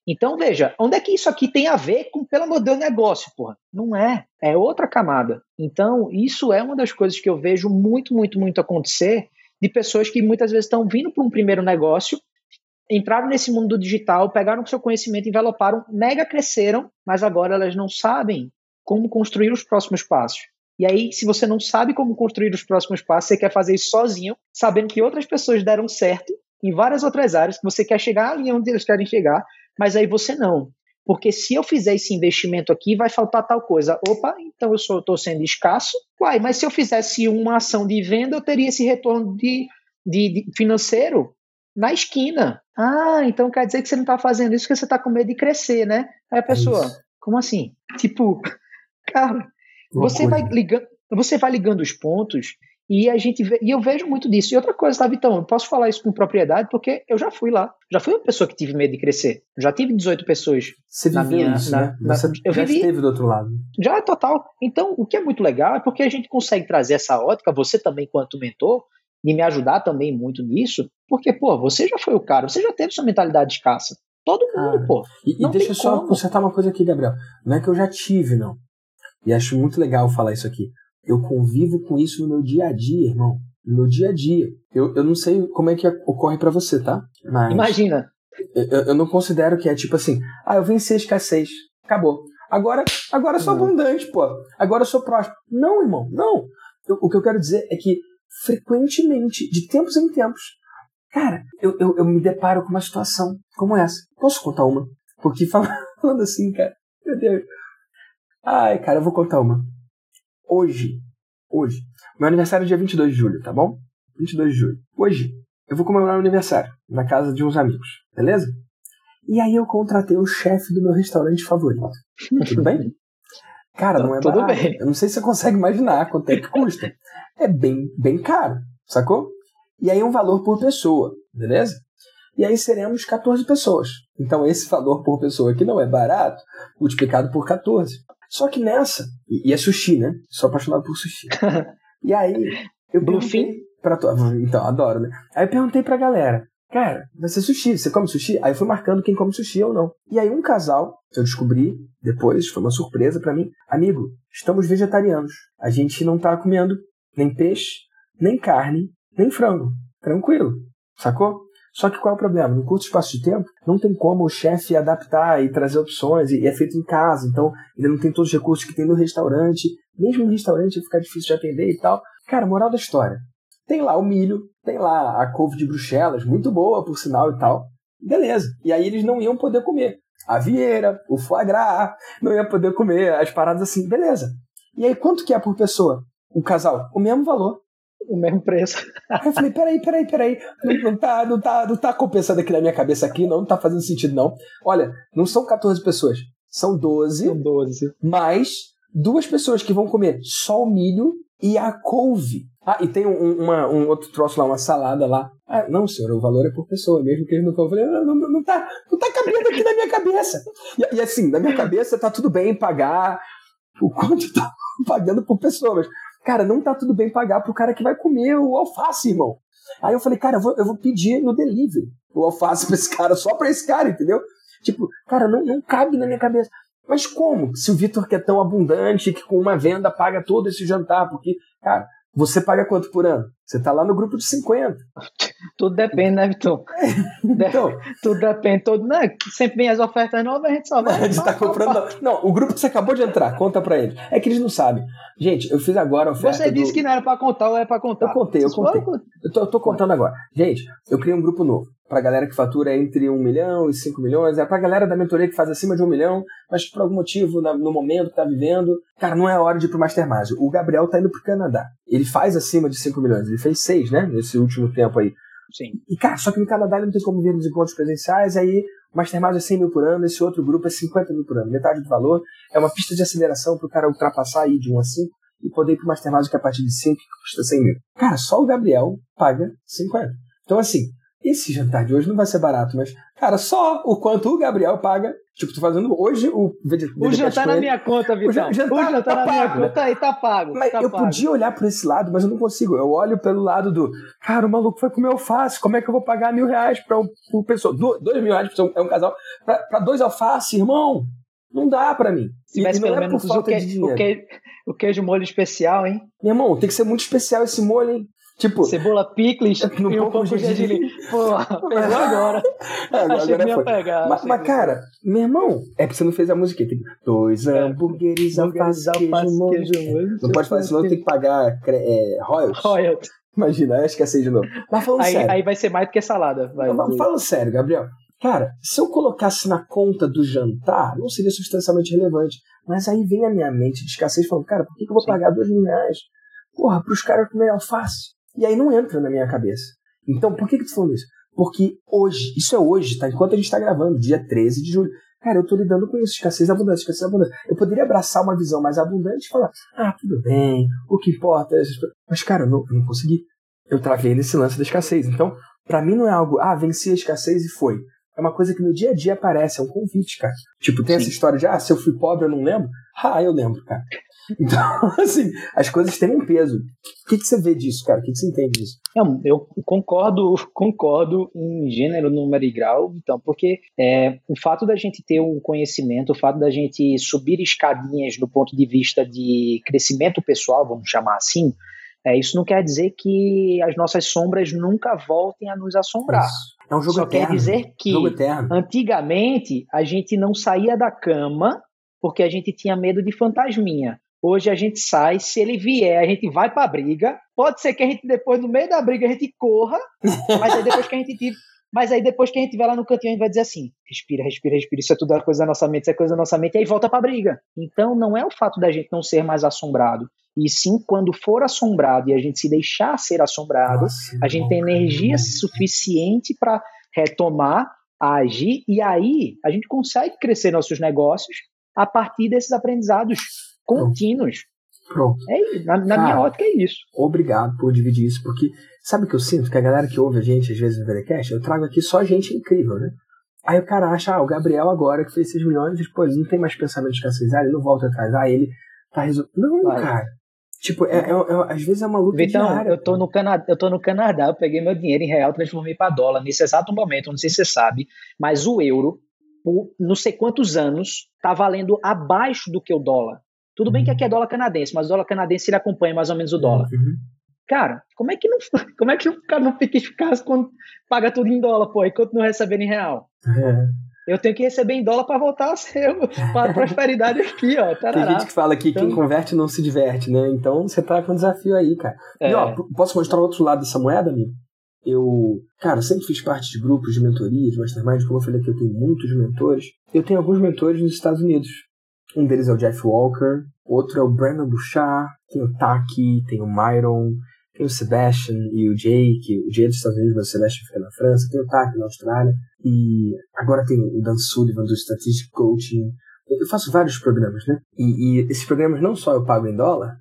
Então, veja, onde é que isso aqui tem a ver com, pelo amor de Deus, negócio, porra? Não é, é outra camada. Então, isso é uma das coisas que eu vejo muito, muito, muito acontecer de pessoas que muitas vezes estão vindo para um primeiro negócio, entraram nesse mundo do digital, pegaram o seu conhecimento, enveloparam, mega cresceram, mas agora elas não sabem como construir os próximos passos. E aí, se você não sabe como construir os próximos passos, você quer fazer isso sozinho, sabendo que outras pessoas deram certo em várias outras áreas, que você quer chegar ali onde eles querem chegar, mas aí você não. Porque se eu fizer esse investimento aqui, vai faltar tal coisa. Opa, então eu estou sendo escasso. Uai, mas se eu fizesse uma ação de venda, eu teria esse retorno de, de, de financeiro na esquina. Ah, então quer dizer que você não está fazendo isso porque você está com medo de crescer, né? Aí a pessoa, é como assim? Tipo, cara, você vai, ligando, você vai ligando os pontos e a gente vê, e eu vejo muito disso. E outra coisa, tá, Vitão? Eu posso falar isso com propriedade porque eu já fui lá. Já fui uma pessoa que tive medo de crescer. Já tive dezoito pessoas. Você na viveu minha, isso, na, né? Na, você eu já vivi, esteve do outro lado. Já é total. Então, o que é muito legal é porque a gente consegue trazer essa ótica, você também, quanto mentor, de me ajudar também muito nisso, porque, pô, você já foi o cara, você já teve sua mentalidade escassa. Todo mundo, ah, pô. E, e deixa eu só como. consertar uma coisa aqui, Gabriel. Não é que eu já tive, não. E acho muito legal falar isso aqui. Eu convivo com isso no meu dia a dia, irmão. No meu dia a dia. Eu, eu não sei como é que ocorre pra você, tá? Mas imagina. Eu, eu não considero que é tipo assim, ah, eu venci a escassez. Acabou. Agora, agora eu sou não. abundante, pô. Agora eu sou próspero. Não, irmão, não. Eu, o que eu quero dizer é que, frequentemente, de tempos em tempos, cara, eu, eu, eu me deparo com uma situação como essa. Posso contar uma? Porque falando assim, cara, meu Deus. Ai, cara, eu vou contar uma. Hoje, hoje, meu aniversário é dia vinte e dois de julho, tá bom? vinte e dois de julho. Hoje, eu vou comemorar o aniversário na casa de uns amigos, beleza? E aí eu contratei o chefe do meu restaurante favorito. Tudo bem? Cara, não é Tudo barato. Bem. Eu não sei se você consegue imaginar quanto é que custa. É bem, bem caro, sacou? E aí um valor por pessoa, beleza? E aí seremos catorze pessoas. Então esse valor por pessoa, que não é barato, multiplicado por catorze. Só que nessa, e, e é sushi, né? Sou apaixonado por sushi. E aí eu perguntei pra to... Então, adoro, né? Aí eu perguntei pra galera, cara, vai ser sushi, você come sushi? Aí eu fui marcando quem come sushi ou não. E aí um casal, eu descobri depois, foi uma surpresa pra mim, amigo, estamos vegetarianos. A gente não tá comendo nem peixe, nem carne, nem frango. Tranquilo, sacou? Só que qual é o problema? No curto espaço de tempo, não tem como o chefe adaptar e trazer opções, e é feito em casa, então ele não tem todos os recursos que tem no restaurante. Mesmo no restaurante fica difícil de atender e tal. Cara, moral da história. Tem lá o milho, tem lá a couve de Bruxelas, muito boa, por sinal e tal. Beleza. E aí eles não iam poder comer a vieira, o foie gras, não iam poder comer as paradas assim. Beleza. E aí quanto que é por pessoa? O casal? O mesmo valor. O mesmo preço. Aí eu falei, peraí, peraí, peraí. Não, não, tá, não, tá, não tá compensando aqui na minha cabeça aqui, não, não tá fazendo sentido, não. Olha, não são catorze pessoas, são doze. São doze. Mais duas pessoas que vão comer só o milho e a couve. Ah, e tem um, uma, um outro troço lá, uma salada lá. Ah, não, senhor, o valor é por pessoa, mesmo que eles não falem. Eu falei, não, não, não, tá, não tá cabendo aqui na minha cabeça. E, e assim, na minha cabeça tá tudo bem pagar o quanto tá pagando por pessoa, mas cara, não tá tudo bem pagar pro cara que vai comer o alface, irmão. Aí eu falei, cara, eu vou, eu vou pedir no delivery o alface pra esse cara, só pra esse cara, entendeu? Tipo, cara, não, não cabe na minha cabeça. Mas como? Se o Vitor que é tão abundante que com uma venda paga todo esse jantar, porque, cara, você paga quanto por ano? Você tá lá no grupo de cinquenta. Tudo depende, né, Vitor? Então, tudo depende. Todo, não, sempre vem as ofertas novas, a gente só vai. A gente tá comprando. Não. não, o grupo que você acabou de entrar, conta pra eles. É que eles não sabem. Gente, eu fiz agora a oferta. Você disse do... que não era pra contar ou é pra contar? Eu contei, eu contei. Eu tô, eu tô contando agora. Gente, eu criei um grupo novo. Pra galera que fatura entre um milhão e cinco milhões. É pra galera da mentoria que faz acima de um milhão, mas por algum motivo, no momento que tá vivendo. Cara, não é hora de ir pro Mastermind. O Gabriel tá indo pro Canadá. Ele faz acima de cinco milhões. Ele fez seis, né? Nesse último tempo aí. Sim. E, cara, só que no Canadá ele não tem como ver nos encontros presenciais, aí o Mastermind é cem mil por ano, esse outro grupo é cinquenta mil por ano, metade do valor. É uma pista de aceleração pro cara ultrapassar aí de um a cinco e poder ir pro Mastermind que é a partir de cinco que custa cem mil. Cara, só o Gabriel paga cinquenta. Então, assim, esse jantar de hoje não vai ser barato, mas, cara, só o quanto o Gabriel paga. Tipo, tô fazendo hoje o V D O jantar na minha conta, Vitão. O jantar, o jantar tá na minha pago, conta aí, tá pago. Mas tá eu pago. podia olhar por esse lado, mas eu não consigo. Eu olho pelo lado do, cara, o maluco foi comer alface, como é que eu vou pagar mil reais pra uma pessoa? Do, dois mil reais pra um, é um casal, pra, pra dois alface, irmão? Não dá pra mim. Se tivesse pelo é menos o, que, o, que, o queijo molho especial, hein? Meu irmão, tem que ser muito especial esse molho, hein? Tipo, cebola picles no e um pouco de gergelim. Pô, pegou agora. É, agora achei agora que ia foi. pegar. Mas, mas cara, meu irmão, é porque você não fez a música. Tem dois é. hambúrgueres, alface, queijo, molho. Não pode fazer, senão tem que pagar é, royalties. Royalties. Imagina, eu esqueci de novo. Mas falando aí, sério. Aí vai ser mais do que salada. Vai, mas falando sério, Gabriel. Cara, se eu colocasse na conta do jantar, não seria substancialmente relevante. Mas aí vem a minha mente de escassez falando, cara, por que, que eu vou Sim. pagar dois mil reais? Porra, pros caras comerem alface. E aí não entra na minha cabeça. Então, por que que tu falou isso? Porque hoje, isso é hoje, tá? Enquanto a gente tá gravando, dia treze de julho. Cara, eu tô lidando com isso, escassez abundante, escassez abundante. Eu poderia abraçar uma visão mais abundante e falar, ah, tudo bem, o que importa é... Mas, cara, eu não, eu não consegui. Eu travei nesse lance da escassez. Então, pra mim não é algo, ah, venci a escassez e foi. É uma coisa que no dia a dia aparece, é um convite, cara. Tipo, tem Sim. essa história de, ah, se eu fui pobre eu não lembro. Ah, eu lembro, cara. Então, assim, as coisas têm um peso. O que, que você vê disso, cara? O que, que você entende disso? Não, eu concordo, concordo em gênero, número e grau, então, porque é, o fato da gente ter um conhecimento, o fato da gente subir escadinhas do ponto de vista de crescimento pessoal, vamos chamar assim, é, isso não quer dizer que as nossas sombras nunca voltem a nos assombrar. Isso. É um jogo Só eterno. quer dizer que, antigamente, a gente não saía da cama porque a gente tinha medo de fantasminha. Hoje a gente sai, se ele vier, a gente vai pra briga. Pode ser que a gente depois, no meio da briga, a gente corra, mas aí depois que a gente mas aí depois que a gente estiver lá no cantinho, a gente vai dizer assim, respira, respira, respira, isso é tudo coisa da nossa mente, isso é coisa da nossa mente, e aí volta pra briga. Então não é o fato da gente não ser mais assombrado, e sim quando for assombrado e a gente se deixar ser assombrado, Nossa, a gente tem energia suficiente para retomar, agir, e aí a gente consegue crescer nossos negócios a partir desses aprendizados contínuos. Pronto. É, na na Cara, minha ótica é isso. Obrigado por dividir isso, porque sabe o que eu sinto? Que a galera que ouve a gente, às vezes no VDcast, eu trago aqui só gente incrível, né? Aí o cara acha, ah, o Gabriel agora que fez seis milhões, pô, ele não tem mais pensamento de escassez, ah, ele não volta atrás, ah, ele tá resolvendo. Não, Vai. cara. Tipo, é, é, é, às vezes é uma luta Vitão, diária. eu tô, no Canadá, eu tô no Canadá, eu peguei meu dinheiro em real, transformei para dólar nesse exato momento, não sei se você sabe, mas o euro, por não sei quantos anos, tá valendo abaixo do que o dólar. Tudo bem que aqui é dólar canadense, mas o dólar canadense ele acompanha mais ou menos o dólar. Uhum. Cara, como é que não, como é que o cara não fica eficaz quando paga tudo em dólar, pô, e continua recebendo em real? É. Eu tenho que receber em dólar para voltar a ser para a prosperidade aqui, ó. Tarará. Tem gente que fala que então... quem converte não se diverte, né? Então você tá com um desafio aí, cara. É. E ó, posso mostrar o outro lado dessa moeda, amigo? Eu, cara, sempre fiz parte de grupos de mentoria, de mastermind, como eu falei aqui, eu tenho muitos mentores. Eu tenho alguns mentores nos Estados Unidos. Um deles é o Jeff Walker, outro é o Brandon Bouchard, tem o Taki, tem o Myron, tem o Sebastian e o Jake, o Jake dos Estados Unidos, mas o Sebastian fica na França, tem o Taki na Austrália, e agora tem o Dan Sullivan do Strategic Coaching. Eu faço vários programas, né? E, e esses programas não só eu pago em dólar,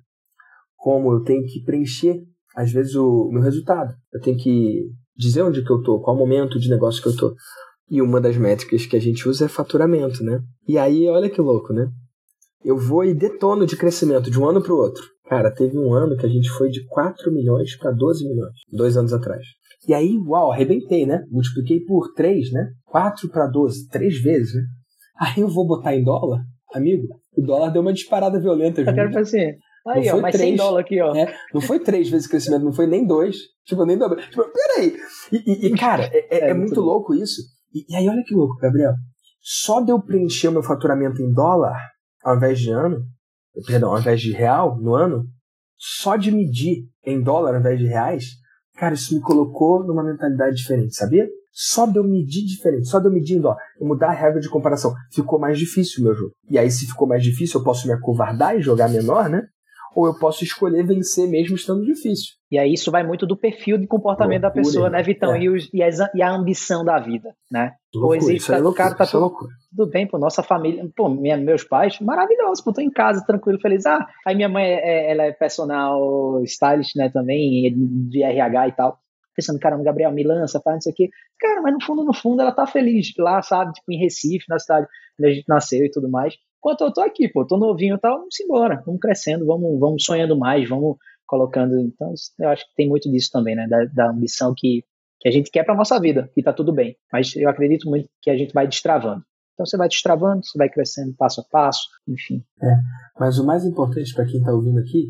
como eu tenho que preencher, às vezes, o meu resultado. Eu tenho que dizer onde que eu tô, qual momento de negócio que eu tô. E uma das métricas que a gente usa é faturamento, né? E aí, olha que louco, né? Eu vou e detono de crescimento de um ano para o outro. Cara, teve um ano que a gente foi de quatro milhões para doze milhões, dois anos atrás. E aí, uau, arrebentei, né? Multipliquei por três, né? quatro para doze, três vezes, né? Aí eu vou botar em dólar, amigo, o dólar deu uma disparada violenta. Eu quero fazer. Aí, ó, mais cem dólares aqui, ó. É, não foi três vezes crescimento, não foi nem dois. Tipo, nem dobro. Tipo, peraí. E, e, e cara, é, é, é, é muito louco, louco isso. E, e aí, olha que louco, Gabriel. Só de eu preencher o meu faturamento em dólar, ao invés de ano, perdão, ao invés de real no ano, só de medir em dólar ao invés de reais, cara, isso me colocou numa mentalidade diferente, sabia? Só de eu medir diferente, só de eu medir em dólar, eu mudar a regra de comparação, ficou mais difícil o meu jogo. E aí, se ficou mais difícil, eu posso me acovardar e jogar menor, né? Ou eu posso escolher vencer mesmo estando difícil. E aí isso vai muito do perfil de comportamento Loucura, da pessoa, né, Vitão? É. E, os, e, a, e a ambição da vida, né? Loucura, pois isso tá, é loucura, cara, tá tudo, é tudo bem, pô, nossa família, pô, minha, meus pais, maravilhosos, pô, tô em casa, tranquilo, feliz. Ah, aí minha mãe, é, ela é personal stylist, né, também, de R H e tal. pensando, caramba, Gabriel, me lança, faz isso aqui. Cara, mas no fundo, no fundo, ela tá feliz lá, sabe? Tipo, em Recife, na cidade onde a gente nasceu e tudo mais. Enquanto eu tô aqui, pô, tô novinho e tal, vamos embora, vamos crescendo, vamos, vamos sonhando mais, vamos colocando. Então, eu acho que tem muito disso também, né? Da, da ambição que, que a gente quer pra nossa vida, e tá tudo bem. Mas eu acredito muito que a gente vai destravando. Então, você vai destravando, você vai crescendo passo a passo, enfim. É, mas o mais importante para quem tá ouvindo aqui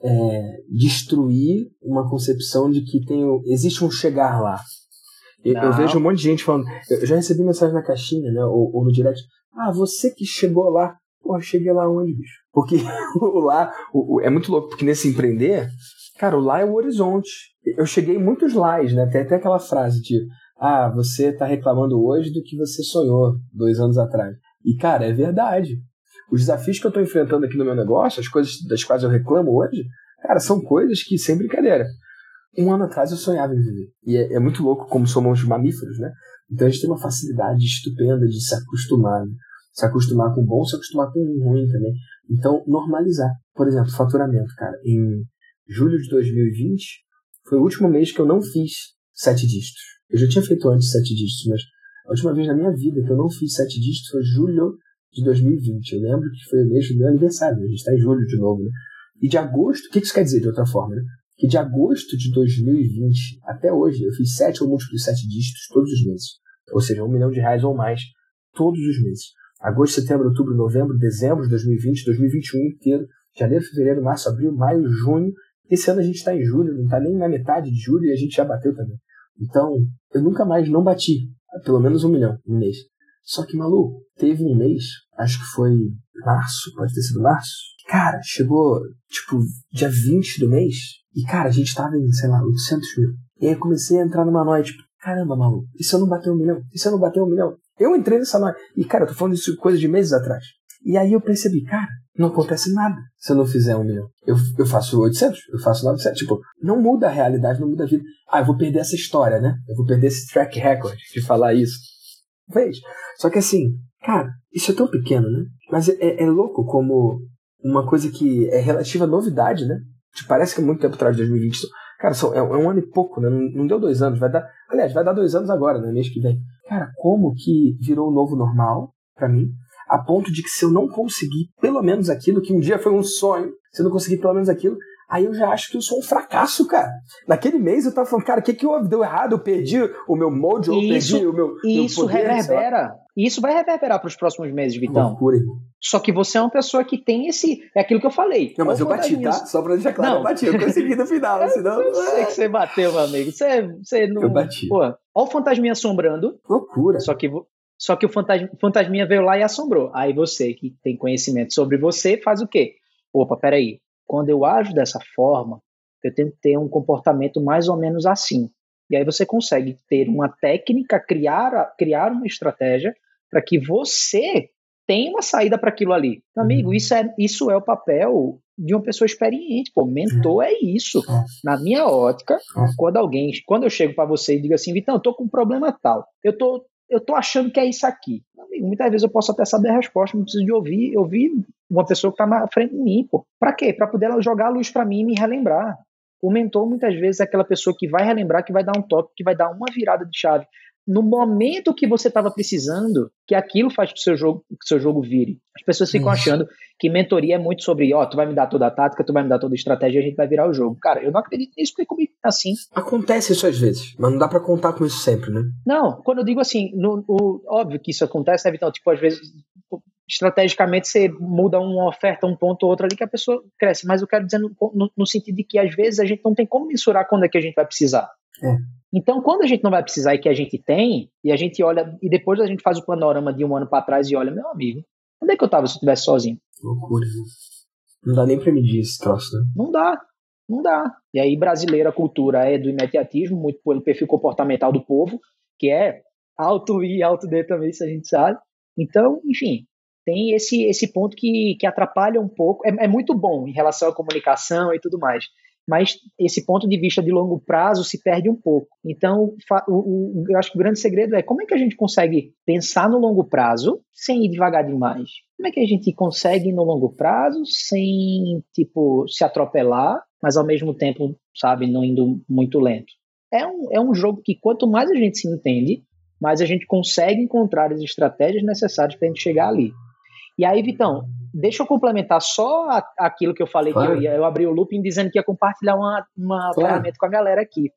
é destruir uma concepção de que tem, existe um chegar lá. Eu, eu vejo um monte de gente falando, eu já recebi mensagem na caixinha, né, ou, ou no direct, ah, você que chegou lá, pô, cheguei lá onde, bicho? Porque o lá, o, o, é muito louco, porque nesse empreender, cara, o lá é o horizonte. Eu cheguei em muitos lás, né, tem até aquela frase de, ah, você tá reclamando hoje do que você sonhou dois anos atrás. E, cara, é verdade. Os desafios que eu tô enfrentando aqui no meu negócio, as coisas das quais eu reclamo hoje, cara, são coisas que, sem brincadeira, um ano atrás eu sonhava em viver. E é, é muito louco como somos mamíferos, né? Então a gente tem uma facilidade estupenda de se acostumar, né? Se acostumar com o bom, se acostumar com o ruim também. Então, normalizar. Por exemplo, faturamento, cara. Em julho de dois mil e vinte, foi o último mês que eu não fiz sete dígitos. Eu já tinha feito antes sete dígitos, mas a última vez na minha vida que eu não fiz sete dígitos foi julho de dois mil e vinte. Eu lembro que foi o mês do meu aniversário, né? A gente está em julho de novo, né? E de agosto, o que isso quer dizer de outra forma, né? Que de agosto de dois mil e vinte até hoje, eu fiz sete ou múltiplos de sete dígitos todos os meses. Ou seja, um milhão de reais ou mais todos os meses. Agosto, setembro, outubro, novembro, dezembro de dois mil e vinte, dois mil e vinte e um inteiro, janeiro, fevereiro, março, abril, maio, junho. Esse ano a gente está em julho, não está nem na metade de julho e a gente já bateu também. Então, eu nunca mais não bati pelo menos um milhão no mês. Só que, maluco, teve um mês, acho que foi março, pode ter sido março. Cara, chegou, tipo, dia vinte do mês, e, cara, a gente tava em, sei lá, oitocentos mil. E aí eu comecei a entrar numa noite, tipo, caramba, maluco, e se eu não bater um milhão? E se eu não bater um milhão? Eu entrei nessa noite. E, cara, eu tô falando isso coisa de meses atrás. E aí eu percebi, cara, não acontece nada se eu não fizer um milhão. Eu, eu faço oitocentos, eu faço novecentos. Tipo, não muda a realidade, não muda a vida. Ah, eu vou perder essa história, né? Eu vou perder esse track record de falar isso. Vez. Só que assim, cara, isso é tão pequeno, né? Mas é, é, é louco como uma coisa que é relativa à novidade, né? Te parece que é muito tempo atrás de dois mil e vinte. Cara, são, é, é um ano e pouco, né? Não, não deu dois anos. Vai dar, aliás, vai dar dois anos agora, né? Mês que vem. Cara, como que virou o novo normal pra mim? A ponto de que se eu não conseguir pelo menos aquilo, que um dia foi um sonho, se eu não conseguir pelo menos aquilo, aí eu já acho que eu sou um fracasso, cara. Naquele mês eu tava falando, cara, o que que eu, deu errado? Eu perdi o meu mojo, eu isso, perdi o meu, isso meu poder, reverbera. Isso vai reverberar para os próximos meses, Vitão. Loucura, irmão. Só que você é uma pessoa que tem esse... É aquilo que eu falei. Não, mas eu bati, tá? Só pra deixar claro, não. Eu bati. Eu consegui no final, senão... Eu sei que você bateu, meu amigo. Você, você não... Eu bati. Pô, olha o fantasminha assombrando. Loucura. Só que... Só que o fantasminha veio lá e assombrou. Aí você, que tem conhecimento sobre você, faz o quê? Opa, peraí. Quando eu ajo dessa forma, eu tenho que ter um comportamento mais ou menos assim. E aí você consegue ter uma técnica, criar, criar uma estratégia para que você tenha uma saída para aquilo ali. Meu amigo, isso é, isso é o papel de uma pessoa experiente. Pô, mentor é isso. Na minha ótica, quando alguém, quando eu chego para você e digo assim, Vitão, eu tô com um problema tal. Eu tô eu tô achando que é isso aqui. Amigo, muitas vezes eu posso até saber a resposta, não preciso de ouvir, ouvir uma pessoa que tá na frente de mim, pô. Pra quê? Pra poder ela jogar a luz pra mim e me relembrar. O mentor, muitas vezes, é aquela pessoa que vai relembrar, que vai dar um toque, que vai dar uma virada de chave. No momento que você estava precisando, que aquilo faz que o seu jogo, que seu jogo vire. As pessoas ficam Isso. achando que mentoria é muito sobre, ó, tu vai me dar toda a tática, tu vai me dar toda a estratégia e a gente vai virar o jogo. Cara, eu não acredito nisso, porque comigo é assim. Acontece isso às vezes, mas não dá pra contar com isso sempre, né? Não, quando eu digo assim, no, o, óbvio que isso acontece, né, Vitão? Tipo, às vezes, estrategicamente você muda uma oferta, um ponto ou outro ali que a pessoa cresce, mas eu quero dizer no, no, no sentido de que às vezes a gente não tem como mensurar quando é que a gente vai precisar. É. Então, quando a gente não vai precisar e que a gente tem, e a gente olha, e depois a gente faz o panorama de um ano para trás e olha, meu amigo, onde é que eu tava se eu estivesse sozinho? Loucura. Não dá nem pra medir esse troço, né? Não dá, não dá. E aí, brasileira, a cultura é do imediatismo, muito pelo perfil comportamental do povo, que é alto I e alto D também, isso a gente sabe. Então, enfim, tem esse, esse ponto que, que atrapalha um pouco. É, é muito bom em relação à comunicação e tudo mais, mas esse ponto de vista de longo prazo se perde um pouco. Então, o, o, eu acho que o grande segredo é como é que a gente consegue pensar no longo prazo sem ir devagar demais? Como é que a gente consegue ir no longo prazo sem, tipo, se atropelar, mas ao mesmo tempo, sabe, não indo muito lento? é um, é um jogo que quanto mais a gente se entende, mais a gente consegue encontrar as estratégias necessárias para a gente chegar ali. E aí, Vitão, deixa eu complementar só a, aquilo que eu falei, claro. que eu ia, eu abri o looping dizendo que ia compartilhar uma, uma claro. ferramenta com a galera aqui.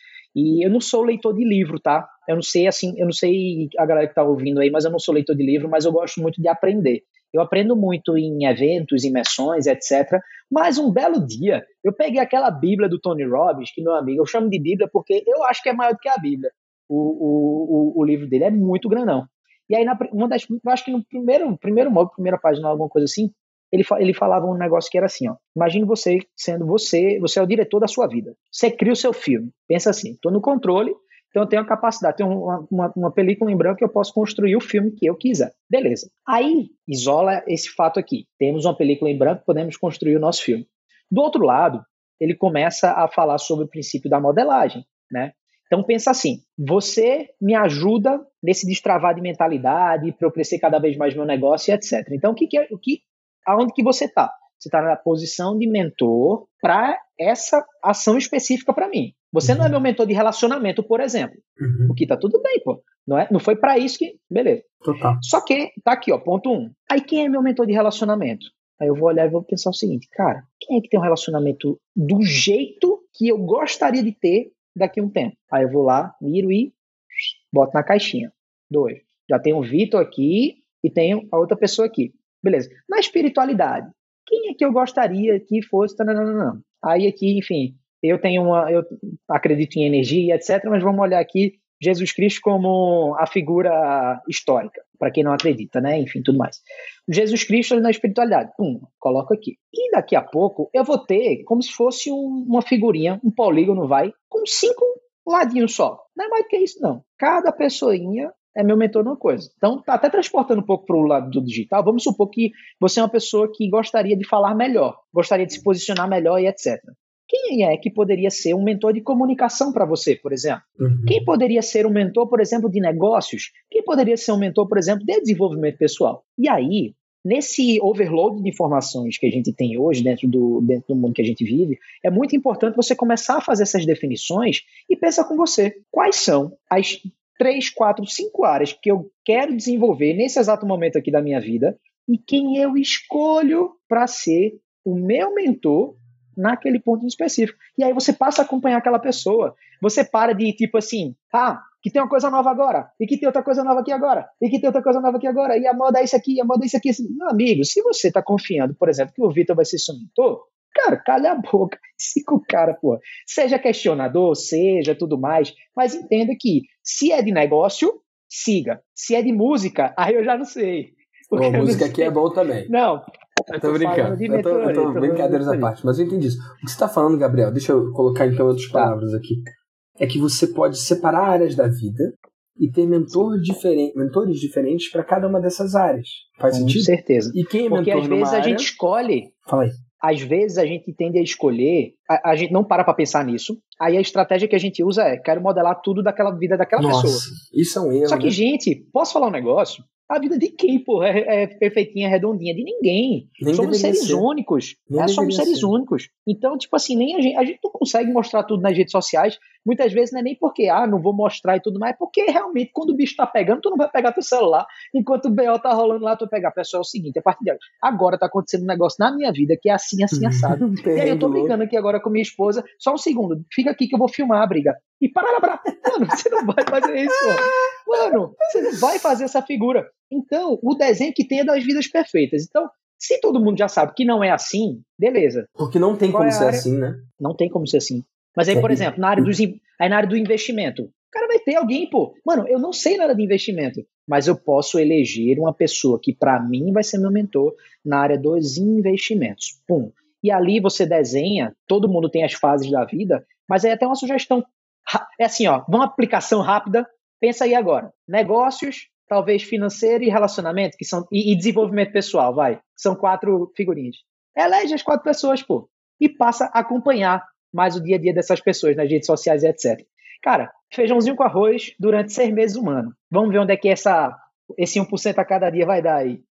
E eu não sou leitor de livro, tá? Eu não sei, assim, eu não sei a galera que tá ouvindo aí, mas eu não sou leitor de livro, mas eu gosto muito de aprender. Eu aprendo muito em eventos, imersões, etcétera. Mas um belo dia, eu peguei aquela Bíblia do Tony Robbins, que, meu amigo, eu chamo de Bíblia porque eu acho que é maior do que a Bíblia. O, o, o, o livro dele é muito grandão. E aí, na, uma das, eu acho que no primeiro, primeiro modo, primeira página, alguma coisa assim, ele, ele falava um negócio que era assim, ó. Imagine você sendo você, você é o diretor da sua vida. Você cria o seu filme. Pensa assim, estou no controle, então eu tenho a capacidade, tenho uma, uma, uma película em branco que eu posso construir o filme que eu quiser. Beleza. Aí, isola esse fato aqui. Temos uma película em branco, podemos construir o nosso filme. Do outro lado, ele começa a falar sobre o princípio da modelagem, né? Então pensa assim, você me ajuda nesse destravar de mentalidade para eu crescer cada vez mais meu negócio e etcétera. Então o que, que é, o que, aonde que você está? Você está na posição de mentor para essa ação específica para mim. Você uhum. não é meu mentor de relacionamento, por exemplo. Uhum. O que tá tudo bem, pô. Não, é, não foi para isso que... Beleza. Total. Só que, tá aqui, ó, ponto um. Aí quem é meu mentor de relacionamento? Aí eu vou olhar e vou pensar o seguinte, cara, quem é que tem um relacionamento do jeito que eu gostaria de ter daqui a um tempo? Aí eu vou lá, miro e boto na caixinha. Dois. Já tenho o Vitor aqui e tenho a outra pessoa aqui. Beleza. Na espiritualidade, quem é que eu gostaria que fosse? Tananana. Aí aqui, enfim, eu tenho uma, eu acredito em energia, etcétera, mas vamos olhar aqui Jesus Cristo como a figura histórica, para quem não acredita, né? Enfim, tudo mais. Jesus Cristo na espiritualidade, pum, coloco aqui. E daqui a pouco eu vou ter como se fosse um, uma figurinha, um polígono, vai, com cinco ladinhos só. Não é mais do que isso, não. Cada pessoinha é meu mentor numa coisa. Então, tá até transportando um pouco para o lado do digital. Vamos supor que você é uma pessoa que gostaria de falar melhor, gostaria de se posicionar melhor e etcétera. Quem é que poderia ser um mentor de comunicação para você, por exemplo? Uhum. Quem poderia ser um mentor, por exemplo, de negócios? Quem poderia ser um mentor, por exemplo, de desenvolvimento pessoal? E aí, nesse overload de informações que a gente tem hoje dentro do, dentro do mundo que a gente vive, é muito importante você começar a fazer essas definições e pensar com você. Quais são as três, quatro, cinco áreas que eu quero desenvolver nesse exato momento aqui da minha vida e quem eu escolho para ser o meu mentor naquele ponto específico. E aí você passa a acompanhar aquela pessoa. Você para de, tipo assim, ah, que tem uma coisa nova agora, e que tem outra coisa nova aqui agora, e que tem outra coisa nova aqui agora, e a moda é isso aqui, a moda é isso aqui. Meu amigo, se você tá confiando, por exemplo, que o Vitor vai ser seu mentor, cara, calha a boca, siga o cara, pô. Seja questionador, seja tudo mais, mas entenda que se é de negócio, siga. Se é de música, aí eu já não sei. Bom, música aqui é bom também. Não, eu tô, tô brincando. Eu tô, eu tô, tô brincadeiras à parte, mas eu entendi isso. O que você tá falando, Gabriel, deixa eu colocar então outras palavras tá. aqui. É que você pode separar áreas da vida e ter mentor diferente, mentores diferentes para cada uma dessas áreas. Faz sentido? Com certeza. E quem é Porque mentor às vezes numa a área... gente escolhe. Fala aí. Às vezes a gente tende a escolher, a, a gente não para para pensar nisso, aí a estratégia que a gente usa é, quero modelar tudo daquela vida daquela Nossa, pessoa. Isso é um erro. Só que, né? gente, posso falar um negócio? A vida de quem, pô, é, é perfeitinha, redondinha? De ninguém. Nem somos seres ser. únicos. Nem é, somos seres ser. únicos. Então, tipo assim, nem a gente, a gente não consegue mostrar tudo nas redes sociais. Muitas vezes não é nem porque, ah, não vou mostrar e tudo mais, é porque realmente quando o bicho tá pegando, tu não vai pegar teu celular. Enquanto o B O tá rolando lá, tu vai pegar. Pessoal, é o seguinte, a partir de agora tá acontecendo um negócio na minha vida que é assim, assim, assado. E aí eu tô brincando aqui agora com minha esposa. Só um segundo, fica aqui que eu vou filmar a briga. E para, para, mano, você não vai fazer isso, pô. Mano, você não vai fazer essa figura. Então, o desenho que tem é das vidas perfeitas. Então, se todo mundo já sabe que não é assim, beleza. Porque não tem Qual como é ser área? assim, né? Não tem como ser assim. Mas aí, por exemplo, na área, dos, aí na área do investimento, o cara vai ter alguém, pô. Mano, eu não sei nada de investimento, mas eu posso eleger uma pessoa que pra mim vai ser meu mentor na área dos investimentos. Pum. E ali você desenha, todo mundo tem as fases da vida, mas aí até uma sugestão. É assim, ó, uma aplicação rápida. Pensa aí agora. Negócios, talvez financeiro e relacionamento, que são, e, e desenvolvimento pessoal, vai. São quatro figurinhas. Elege as quatro pessoas, pô. E passa a acompanhar mais o dia a dia dessas pessoas nas redes sociais e etcétera. Cara, feijãozinho com arroz durante seis meses humano. Vamos ver onde é que essa, esse um por cento a cada dia vai dar aí.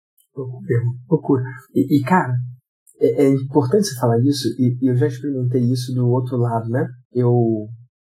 Loucura. E, e, cara, é, é importante você falar isso, e, e eu já experimentei isso do outro lado, né? Eu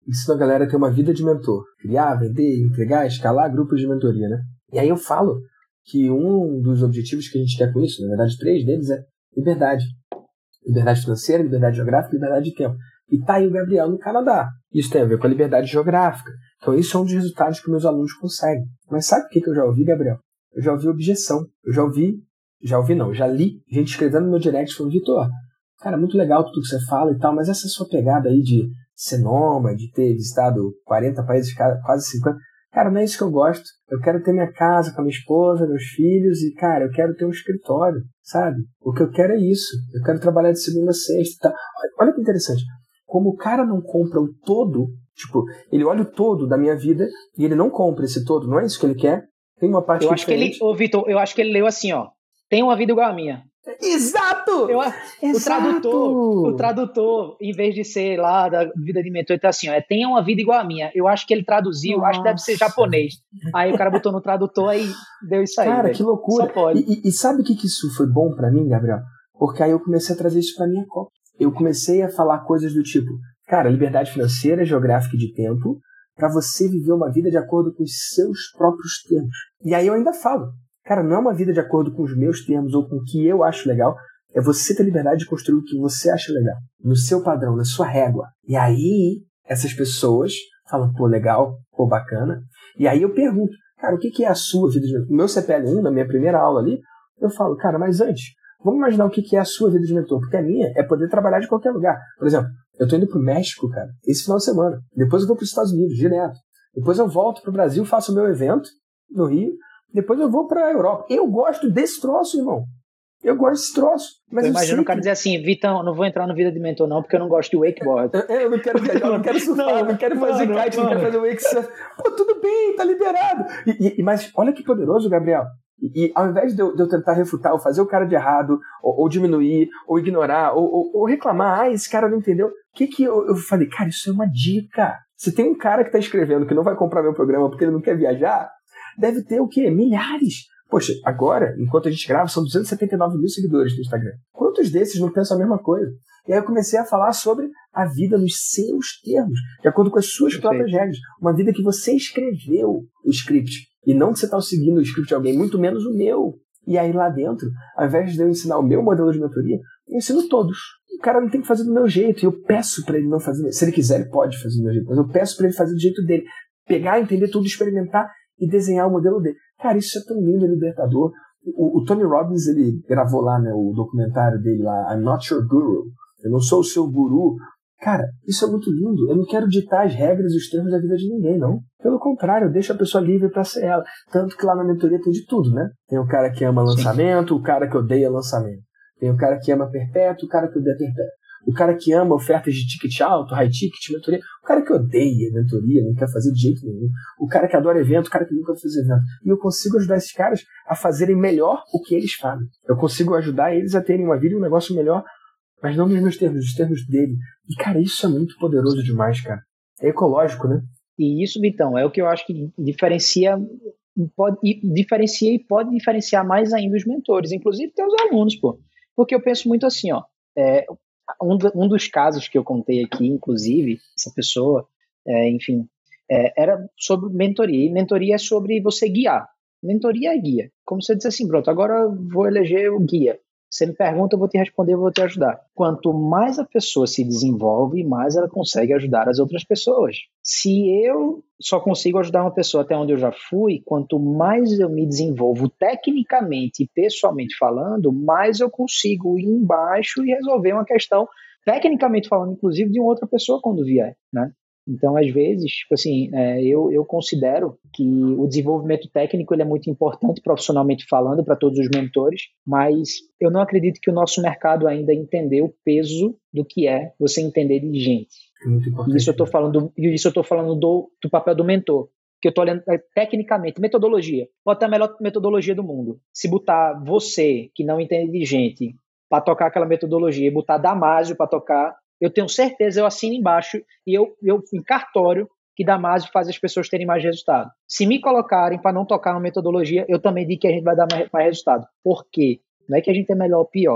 ensino a galera a ter uma vida de mentor. Criar, vender, entregar, escalar grupos de mentoria, né? E aí eu falo que um dos objetivos que a gente quer com isso, na verdade três deles, é liberdade. Liberdade financeira, liberdade geográfica e liberdade de tempo. E tá aí o Gabriel no Canadá. Isso tem a ver com a liberdade geográfica. Então isso é um dos resultados que meus alunos conseguem. Mas sabe o que eu já ouvi, Gabriel? Eu já ouvi objeção. Eu já ouvi, já ouvi não, já li gente escrevendo no meu direct falando, Vitor, cara, muito legal tudo que você fala e tal, mas essa sua pegada aí de ser nômade, de ter visitado quarenta países, quase cinquenta, cara, não é isso que eu gosto. Eu quero ter minha casa com a minha esposa, meus filhos e, cara, eu quero ter um escritório, sabe? O que eu quero é isso. Eu quero trabalhar de segunda a sexta e tal. Olha que interessante. Como o cara não compra o todo, tipo, ele olha o todo da minha vida e ele não compra esse todo, não é isso que ele quer? Tem uma parte eu que acho que ele, ô Vitor, eu acho que ele leu assim, ó. Tem uma vida igual a minha. Exato! Eu, Exato! O tradutor, o tradutor, em vez de ser lá da vida de mentor, ele tá assim, ó, é, tenha uma vida igual a minha. Eu acho que ele traduziu, Nossa. acho que deve ser japonês. Aí o cara botou no tradutor, aí deu isso aí. Cara, véio. que loucura. Só pode. E, e, e sabe o que, que isso foi bom pra mim, Gabriel? Porque aí eu comecei a trazer isso pra minha copa. Eu comecei a falar coisas do tipo, cara, liberdade financeira, geográfica e de tempo, pra você viver uma vida de acordo com os seus próprios termos. E aí eu ainda falo, cara, não é uma vida de acordo com os meus termos ou com o que eu acho legal, é você ter liberdade de construir o que você acha legal, no seu padrão, na sua régua. E aí, essas pessoas falam, pô, legal, pô, bacana. E aí eu pergunto, cara, o que é a sua vida de mentor? No meu C P L um, na minha primeira aula ali, eu falo, cara, mas antes, vamos imaginar o que é a sua vida de mentor, porque a minha é poder trabalhar de qualquer lugar. Por exemplo, eu tô indo pro México, cara, esse final de semana. Depois eu vou pros Estados Unidos, direto. Depois eu volto pro Brasil, faço o meu evento no Rio. Depois eu vou pra Europa. Eu gosto desse troço, irmão. Eu gosto desse troço. Mas eu eu imagino o cara que... dizer assim, Vitão, não vou entrar no vida de mentor não, porque eu não gosto de wakeboard. Eu, eu não quero viajar, eu não quero surfar, não, não quero fazer mano, kite, mano. não quero fazer wake surf. Pô, tudo bem, tá liberado. E, e, mas olha que poderoso, Gabriel. E, e ao invés de eu, de eu tentar refutar, ou fazer o cara de errado, ou, ou diminuir, ou ignorar, ou, ou, ou reclamar, ah, esse cara não entendeu. O que que eu, eu falei? Cara, isso é uma dica. Se tem um cara que tá escrevendo que não vai comprar meu programa porque ele não quer viajar, deve ter o quê? Milhares. Poxa, agora, enquanto a gente grava, são duzentos e setenta e nove mil seguidores no Instagram. Quantos desses não pensam a mesma coisa? E aí eu comecei a falar sobre a vida nos seus termos, de acordo com as suas Perfeito. próprias regras. Uma vida que você escreveu o script. E não que você está seguindo o script de alguém, muito menos o meu. E aí lá dentro, ao invés de eu ensinar o meu modelo de mentoria, eu ensino todos. O cara não tem que fazer do meu jeito. E eu peço para ele não fazer. Se ele quiser, ele pode fazer do meu jeito. Mas eu peço para ele fazer do jeito dele. Pegar, entender tudo, experimentar e desenhar o modelo dele. Cara, isso é tão lindo, é libertador. O, o Tony Robbins, ele gravou lá, né, o documentário dele lá, I'm Not Your Guru. Eu não sou o seu guru. Cara, isso é muito lindo. Eu não quero ditar as regras e os termos da vida de ninguém, não. Pelo contrário, eu deixo a pessoa livre para ser ela. Tanto que lá na mentoria tem de tudo, né? Tem o cara que ama lançamento, Sim. o cara que odeia lançamento. Tem o cara que ama perpétuo, o cara que odeia perpétuo. O cara que ama ofertas de ticket alto, high ticket, mentoria. O cara que odeia mentoria, não quer fazer de jeito nenhum. O cara que adora evento, o cara que nunca fez evento. E eu consigo ajudar esses caras a fazerem melhor o que eles fazem. Eu consigo ajudar eles a terem uma vida e um negócio melhor, mas não nos meus termos, nos termos dele. E, cara, isso é muito poderoso demais, cara. É ecológico, né? E isso, Vitão, é o que eu acho que diferencia, pode, diferencia e pode diferenciar mais ainda os mentores, inclusive teus alunos, pô. Porque eu penso muito assim, ó, é, um, um dos casos que eu contei aqui, inclusive, essa pessoa, é, enfim, é, era sobre mentoria. E mentoria é sobre você guiar. Mentoria é guia. Como você disse assim, pronto, agora eu vou eleger o guia. Você me pergunta, eu vou te responder, eu vou te ajudar. Quanto mais a pessoa se desenvolve, mais ela consegue ajudar as outras pessoas. Se eu só consigo ajudar uma pessoa até onde eu já fui, quanto mais eu me desenvolvo tecnicamente e pessoalmente falando, mais eu consigo ir embaixo e resolver uma questão, tecnicamente falando, inclusive, de uma outra pessoa quando vier, né? Então, às vezes, tipo assim, é, eu, eu considero que o desenvolvimento técnico ele é muito importante profissionalmente falando para todos os mentores, mas eu não acredito que o nosso mercado ainda entendeu o peso do que é você entender de gente. Muito importante. E isso eu estou falando, isso eu estou falando do, do papel do mentor, que eu estou olhando é, tecnicamente, metodologia. Bota a melhor metodologia do mundo. Se botar você, que não entende de gente, para tocar aquela metodologia, e botar Damásio para tocar, eu tenho certeza, eu assino embaixo e eu, eu em cartório que Damásio faz as pessoas terem mais resultado. Se me colocarem para não tocar uma metodologia, eu também digo que a gente vai dar mais, mais resultado. Por quê? Não é que a gente é melhor ou pior.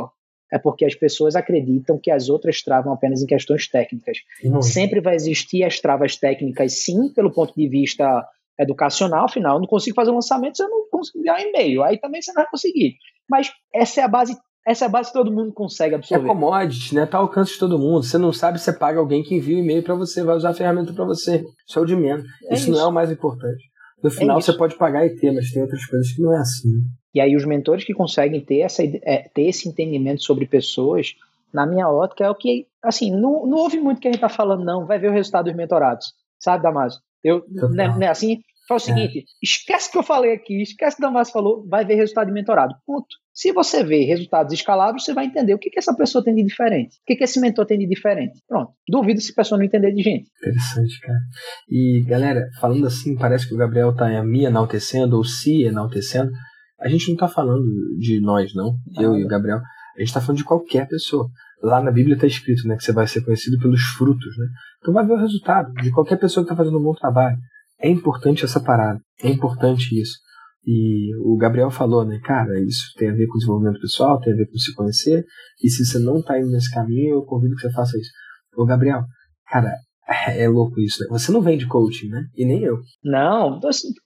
é porque as pessoas acreditam que as outras travam apenas em questões técnicas. Não. Sempre vai existir as travas técnicas, sim, pelo ponto de vista educacional. Afinal, eu não consigo fazer um lançamento se eu não consigo enviar um e-mail. Aí também você não vai conseguir. Mas essa é a base, essa é a base que todo mundo consegue absorver. É commodity, né? Tá ao alcance de todo mundo. Você não sabe, você paga alguém que envia o e-mail para você, vai usar a ferramenta para você. Isso é o de menos. É isso, isso não é o mais importante. No final, é você pode pagar e ter, mas tem outras coisas que não é assim. E aí os mentores que conseguem ter, essa, é, ter esse entendimento sobre pessoas, na minha ótica, é o que, assim, não, não ouve muito o que a gente tá falando, não. Vai ver o resultado dos mentorados. Sabe, Damaso? Eu, né, né, assim, fala o seguinte, é. esquece o que eu falei aqui, esquece o que o Damaso falou, vai ver resultado de mentorado. Ponto. Se você vê resultados escaláveis, você vai entender o que, que essa pessoa tem de diferente. O que, que esse mentor tem de diferente. Pronto. Duvido se a pessoa não entender de gente. Interessante, cara. E, galera, falando assim, parece que o Gabriel tá me enaltecendo ou se enaltecendo. A gente não tá falando de nós, não. Ah, eu é. e o Gabriel. A gente tá falando de qualquer pessoa. Lá na Bíblia tá escrito, né, que você vai ser conhecido pelos frutos, né? Então vai ver o resultado de qualquer pessoa que tá fazendo um bom trabalho. É importante essa parada. É importante isso. E o Gabriel falou, né, cara, isso tem a ver com desenvolvimento pessoal, tem a ver com se conhecer. E se você não tá indo nesse caminho, eu convido que você faça isso. Ô, Gabriel, cara, é louco isso, né? Você não vende coaching, né? E nem eu. Não,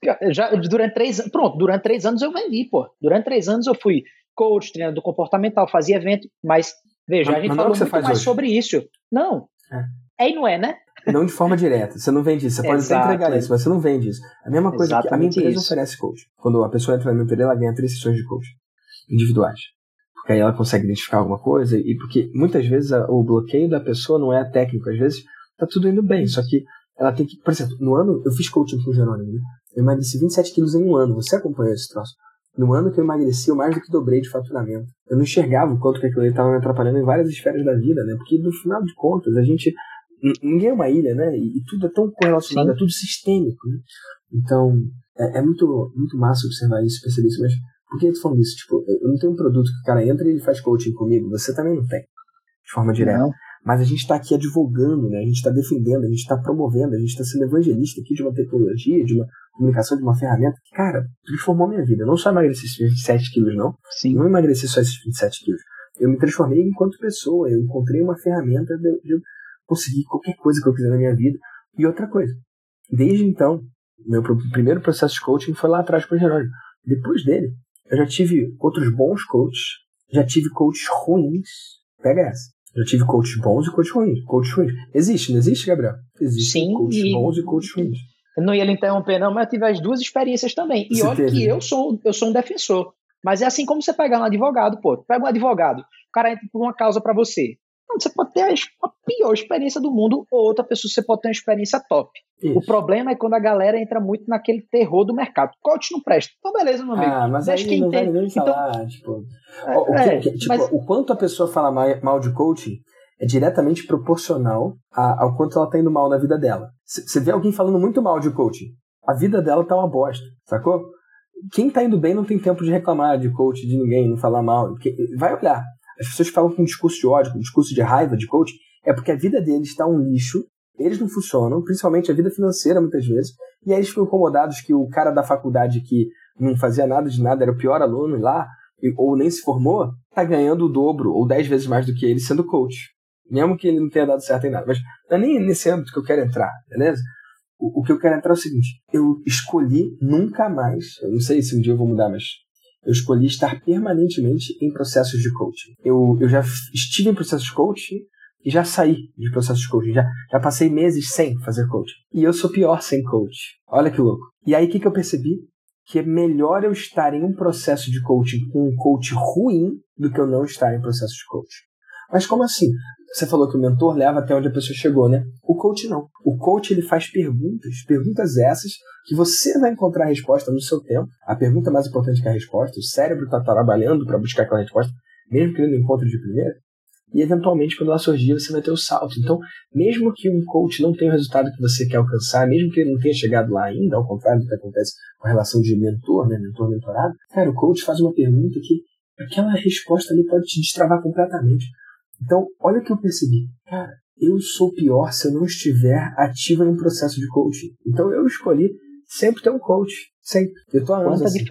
já durante três anos, pronto, durante três anos eu vendi, pô. Durante três anos eu fui coach, treinador comportamental, fazia evento, mas veja, mas, a gente falou muito mais hoje. sobre isso. Não, é. é e não é, né? Não de forma direta, você não vende isso, você pode Exato, até entregar é. isso, mas você não vende isso. A mesma coisa Exatamente que a minha empresa isso. oferece coaching. Quando a pessoa entra na minha empresa, ela ganha três sessões de coaching individuais. Porque aí ela consegue identificar alguma coisa, e porque muitas vezes a, o bloqueio da pessoa não é técnico, às vezes tá tudo indo bem, só que ela tem que, por exemplo, no ano, eu fiz coaching com o Jerônimo, né? Eu emagreci vinte e sete quilos em um ano, você acompanhou esse troço? No ano que eu emagreci, eu mais do que dobrei de faturamento. Eu não enxergava o quanto que aquilo estava me atrapalhando em várias esferas da vida, né? Porque no final de contas, a gente, ninguém é uma ilha, né? E, e tudo é tão correlacionado, Sim. é tudo sistêmico, né? Então, é, é muito, muito massa observar isso, perceber isso, mas por que eu tô falando isso? Tipo, eu não tenho um produto que o cara entra e ele faz coaching comigo, você também não tem, de forma direta. Não. Mas a gente está aqui advogando, né? A gente está defendendo, a gente está promovendo, a gente está sendo evangelista aqui de uma tecnologia, de uma comunicação, de uma ferramenta que, cara, transformou a minha vida. Eu não só emagreci esses vinte e sete quilos, não. Sim. Não emagreci só esses vinte e sete quilos. Eu me transformei enquanto pessoa. Eu encontrei uma ferramenta de, de eu conseguir qualquer coisa que eu quiser na minha vida. E outra coisa, desde então, meu primeiro processo de coaching foi lá atrás com o Jerônimo. Depois dele, eu já tive outros bons coaches, já tive coaches ruins. Pega essa. Eu tive coaches bons e coaches ruins. Coaches ruins. Existe, não existe, Gabriel? Existem Sim, coaches e... bons e coaches ruins. Eu não ia lhe interromper, não, mas eu tive as duas experiências também. E você olha teve, que né? eu, sou, eu sou um defensor. Mas é assim como você pegar um advogado, pô. Pega um advogado, o cara entra por uma causa pra você. Não, você pode ter a pior experiência do mundo, ou outra pessoa você pode ter uma experiência top. Isso. O problema é quando a galera entra muito naquele terror do mercado. Coach não presta. Então, beleza, meu amigo. Ah, mas Deixa aí quem não vale nem então, falar. Tipo, é, o, é, que, tipo mas... o quanto a pessoa fala mal de coaching é diretamente proporcional a, ao quanto ela tá indo mal na vida dela. Você vê alguém falando muito mal de coaching, a vida dela tá uma bosta, sacou? Quem tá indo bem não tem tempo de reclamar de coaching, de ninguém, não falar mal. Vai olhar. As pessoas que falam com um discurso de ódio, com um discurso de raiva de coaching, é porque a vida deles está um lixo, eles não funcionam, principalmente a vida financeira muitas vezes, e aí eles ficam incomodados que o cara da faculdade que não fazia nada de nada, era o pior aluno lá, ou nem se formou, tá ganhando o dobro ou dez vezes mais do que ele sendo coach. Mesmo que ele não tenha dado certo em nada. Mas não é nem nesse âmbito que eu quero entrar, beleza? O, o que eu quero entrar é o seguinte. Eu escolhi nunca mais, eu não sei se um dia eu vou mudar, mas eu escolhi estar permanentemente em processos de coaching. Eu, eu já estive em processos de coaching e já saí de processos de coaching. Já, já passei meses sem fazer coaching. E eu sou pior sem coach. Olha que louco. E aí o que, que eu percebi? Que é melhor eu estar em um processo de coaching com um coach ruim do que eu não estar em processo de coaching. Mas como assim? Você falou que o mentor leva até onde a pessoa chegou, né? O coach não. O coach ele faz perguntas, perguntas essas que você vai encontrar a resposta no seu tempo. A pergunta mais importante que a resposta, o cérebro está trabalhando para buscar aquela resposta, mesmo que ele não encontre de primeira. E eventualmente, quando ela surgir, você vai ter o salto. Então, mesmo que um coach não tenha o resultado que você quer alcançar, mesmo que ele não tenha chegado lá ainda, ao contrário do que acontece com a relação de mentor, né? Mentor-mentorado, cara, o coach faz uma pergunta que aquela resposta ali pode te destravar completamente. Então, olha o que eu percebi. Cara, eu sou pior se eu não estiver ativo em um processo de coaching. Então, eu escolhi sempre ter um coach. Sempre. Eu tô há anos assim. Difer...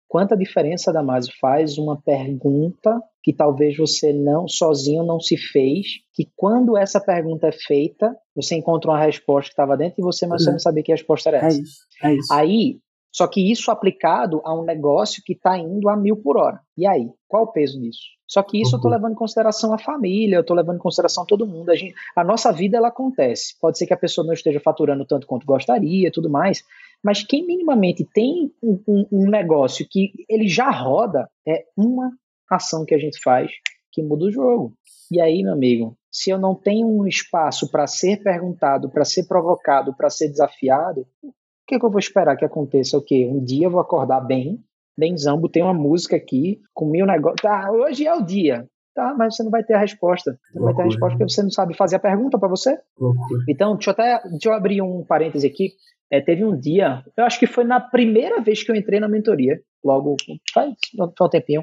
quanta diferença, Damásio, faz uma pergunta que talvez você não, sozinho não se fez, que quando essa pergunta é feita, você encontra uma resposta que estava dentro de você, mas você não sabia que a resposta era essa. É isso, é isso. Aí, só que isso aplicado a um negócio que está indo a mil por hora. E aí, qual o peso disso? Só que isso uhum. eu estou levando em consideração a família, eu estou levando em consideração todo mundo. A, gente, a nossa vida, ela acontece. Pode ser que a pessoa não esteja faturando tanto quanto gostaria e tudo mais, mas quem minimamente tem um, um, um negócio que ele já roda, é uma ação que a gente faz que muda o jogo. E aí, meu amigo, se eu não tenho um espaço para ser perguntado, para ser provocado, para ser desafiado, o que, que eu vou esperar que aconteça? O quê? Um dia eu vou acordar bem, benzão, botei uma música aqui, comi um negócio, tá, hoje é o dia. Tá, mas você não vai ter a resposta. Você não vai ter a resposta porque você não sabe fazer a pergunta para você. Loucura. Então, deixa eu, até, deixa eu abrir um parêntese aqui. É, teve um dia, eu acho que foi na primeira vez que eu entrei na mentoria, logo faz, faz um tempinho,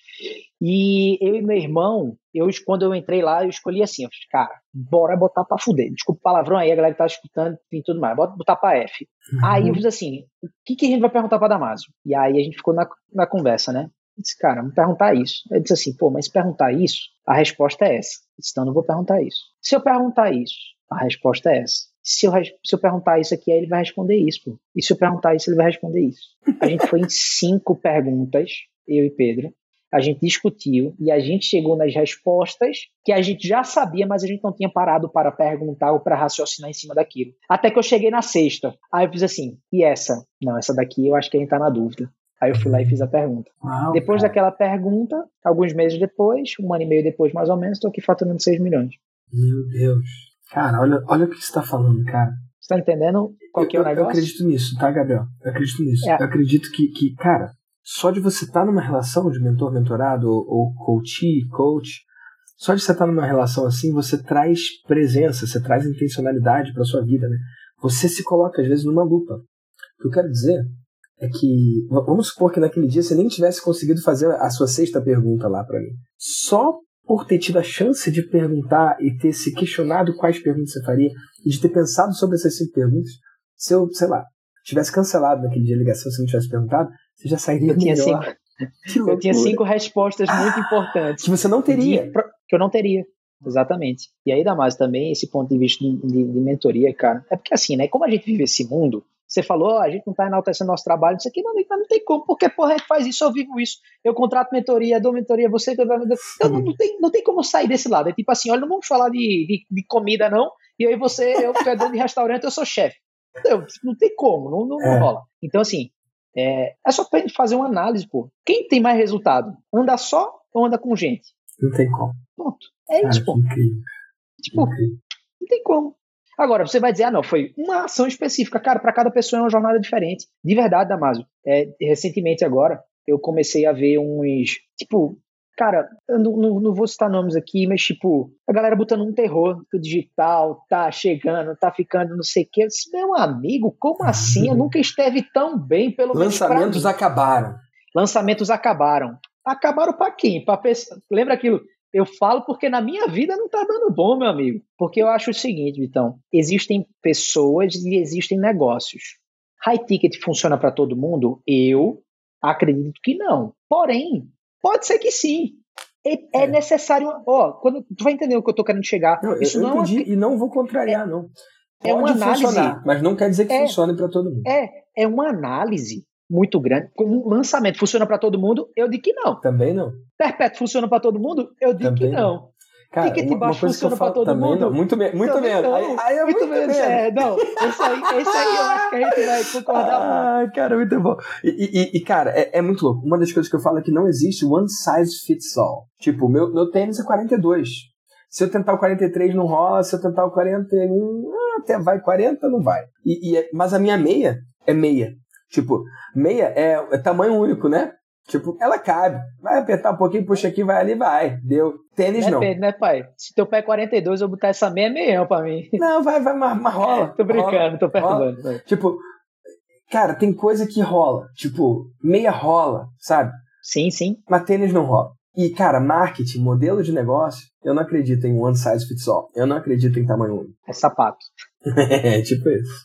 e eu e meu irmão, eu, quando eu entrei lá, eu escolhi assim, eu falei, cara, bora botar pra fuder, desculpa o palavrão aí, a galera que tá escutando e tudo mais, bora botar pra F. Uhum. Aí eu fiz assim, o que, que a gente vai perguntar pra Damásio? E aí a gente ficou na, na conversa, né? Eu disse, cara, vamos perguntar isso. Eu disse assim, pô, mas se perguntar isso, a resposta é essa. Eu disse, então eu não vou perguntar isso. Se eu perguntar isso, a resposta é essa. Se eu, se eu perguntar isso aqui, aí ele vai responder isso, pô. E se eu perguntar isso, ele vai responder isso. A gente foi em cinco perguntas, eu e Pedro. A gente discutiu e a gente chegou nas respostas que a gente já sabia, mas a gente não tinha parado para perguntar ou para raciocinar em cima daquilo. Até que eu cheguei na sexta. Aí eu fiz assim, e essa? Não, essa daqui eu acho que a gente tá na dúvida. Aí eu fui lá e fiz a pergunta. Uau, depois cara. daquela pergunta, alguns meses depois, um ano e meio depois mais ou menos, estou aqui faturando seis milhões. Meu Deus. Cara, olha, olha o que você está falando, cara. Você tá entendendo qual eu, que é o negócio? Eu acredito nisso, tá, Gabriel? Eu acredito nisso. É. Eu acredito que, que, cara, só de você estar numa relação de mentor-mentorado ou, ou coachee, coach, só de você estar numa relação assim, você traz presença, você traz intencionalidade para sua vida, né? Você se coloca, às vezes, numa lupa. O que eu quero dizer é que, vamos supor que naquele dia você nem tivesse conseguido fazer a sua sexta pergunta lá para mim. Só por ter tido a chance de perguntar e ter se questionado quais perguntas você faria e de ter pensado sobre essas cinco perguntas, se eu, sei lá, tivesse cancelado naquele dia a ligação, se não tivesse perguntado, você já sairia eu tinha melhor. Cinco, que loucura. Eu tinha cinco respostas muito importantes. Que você não teria. De, que eu não teria. Exatamente. E aí, Damásio, também esse ponto de vista de, de, de mentoria, cara, é porque assim, né, como a gente vive esse mundo, você falou, oh, a gente não tá enaltecendo nosso trabalho, não sei o que, mas não tem como, porque porra, a gente faz isso, eu vivo isso, eu contrato mentoria, dou mentoria, você, então não, não, tem, não tem como sair desse lado, é tipo assim, olha, não vamos falar de, de, de comida não, e aí você, eu tu é dono de restaurante, eu sou chefe, não, não tem como, não, não, é. não rola. Então assim, é, é só pra gente fazer uma análise, pô, quem tem mais resultado, anda só ou anda com gente? Não tem como. Ponto, é Cara, isso, pô. Incrível. Tipo, incrível. Não tem como. Agora, você vai dizer, ah, não, foi uma ação específica. Cara, para cada pessoa é uma jornada diferente. De verdade, Damásio. É, recentemente agora, eu comecei a ver uns, tipo, cara, eu não, não, não vou citar nomes aqui, mas tipo, a galera botando um terror que o digital tá chegando, tá ficando não sei o que. Eu disse, meu amigo, como assim? Eu nunca esteve tão bem, pelo menos pra mim. Lançamentos acabaram. Lançamentos acabaram. Acabaram para quem? Pra pessoa... Lembra aquilo? Eu falo porque na minha vida não tá dando bom, meu amigo. Porque eu acho o seguinte, Vitão, existem pessoas e existem negócios. High ticket funciona para todo mundo? Eu acredito que não. Porém, pode ser que sim. É, é. é necessário... Ó, quando, tu vai entender o que eu tô querendo chegar. Não, Isso eu não entendi é uma... e não vou contrariar, é, não. Pode é uma análise, funcionar, mas não quer dizer que é, funcione para todo mundo. É, é uma análise muito grande. Como um lançamento funciona para todo mundo, eu digo que não. Também não. Perpétuo funciona para todo mundo, eu digo também que não. Cara, Ticket uma, baixo uma funciona para todo também mundo? Não. Muito, me, muito menos. Não. Aí, aí é muito, muito menos. É, não, esse aí, esse aí eu acho que a gente vai concordar. Ah, cara, muito bom. E, e, e cara, é, é muito louco. Uma das coisas que eu falo é que não existe one size fits all. Tipo, meu, meu tênis é quarenta e dois. Se eu tentar o quarenta e três não rola, se eu tentar o quarenta e um, até vai quarenta, não vai. E, e é, mas a minha meia é meia. Tipo, meia é, é tamanho único, né? Tipo, ela cabe. Vai apertar um pouquinho, puxa aqui, vai ali, vai. Deu. Tênis não. Depende, né, pai? Se teu pé é quarenta e dois, eu botar essa meia, é meião pra mim. Não, vai, vai, mas, mas rola. Tô brincando, rola, tô perturbando. rola. Tipo, cara, tem coisa que rola. Tipo, meia rola, sabe? Sim, sim. Mas tênis não rola. E, cara, marketing, modelo de negócio, eu não acredito em one size fits all. Eu não acredito em tamanho único. É sapato. É, tipo isso.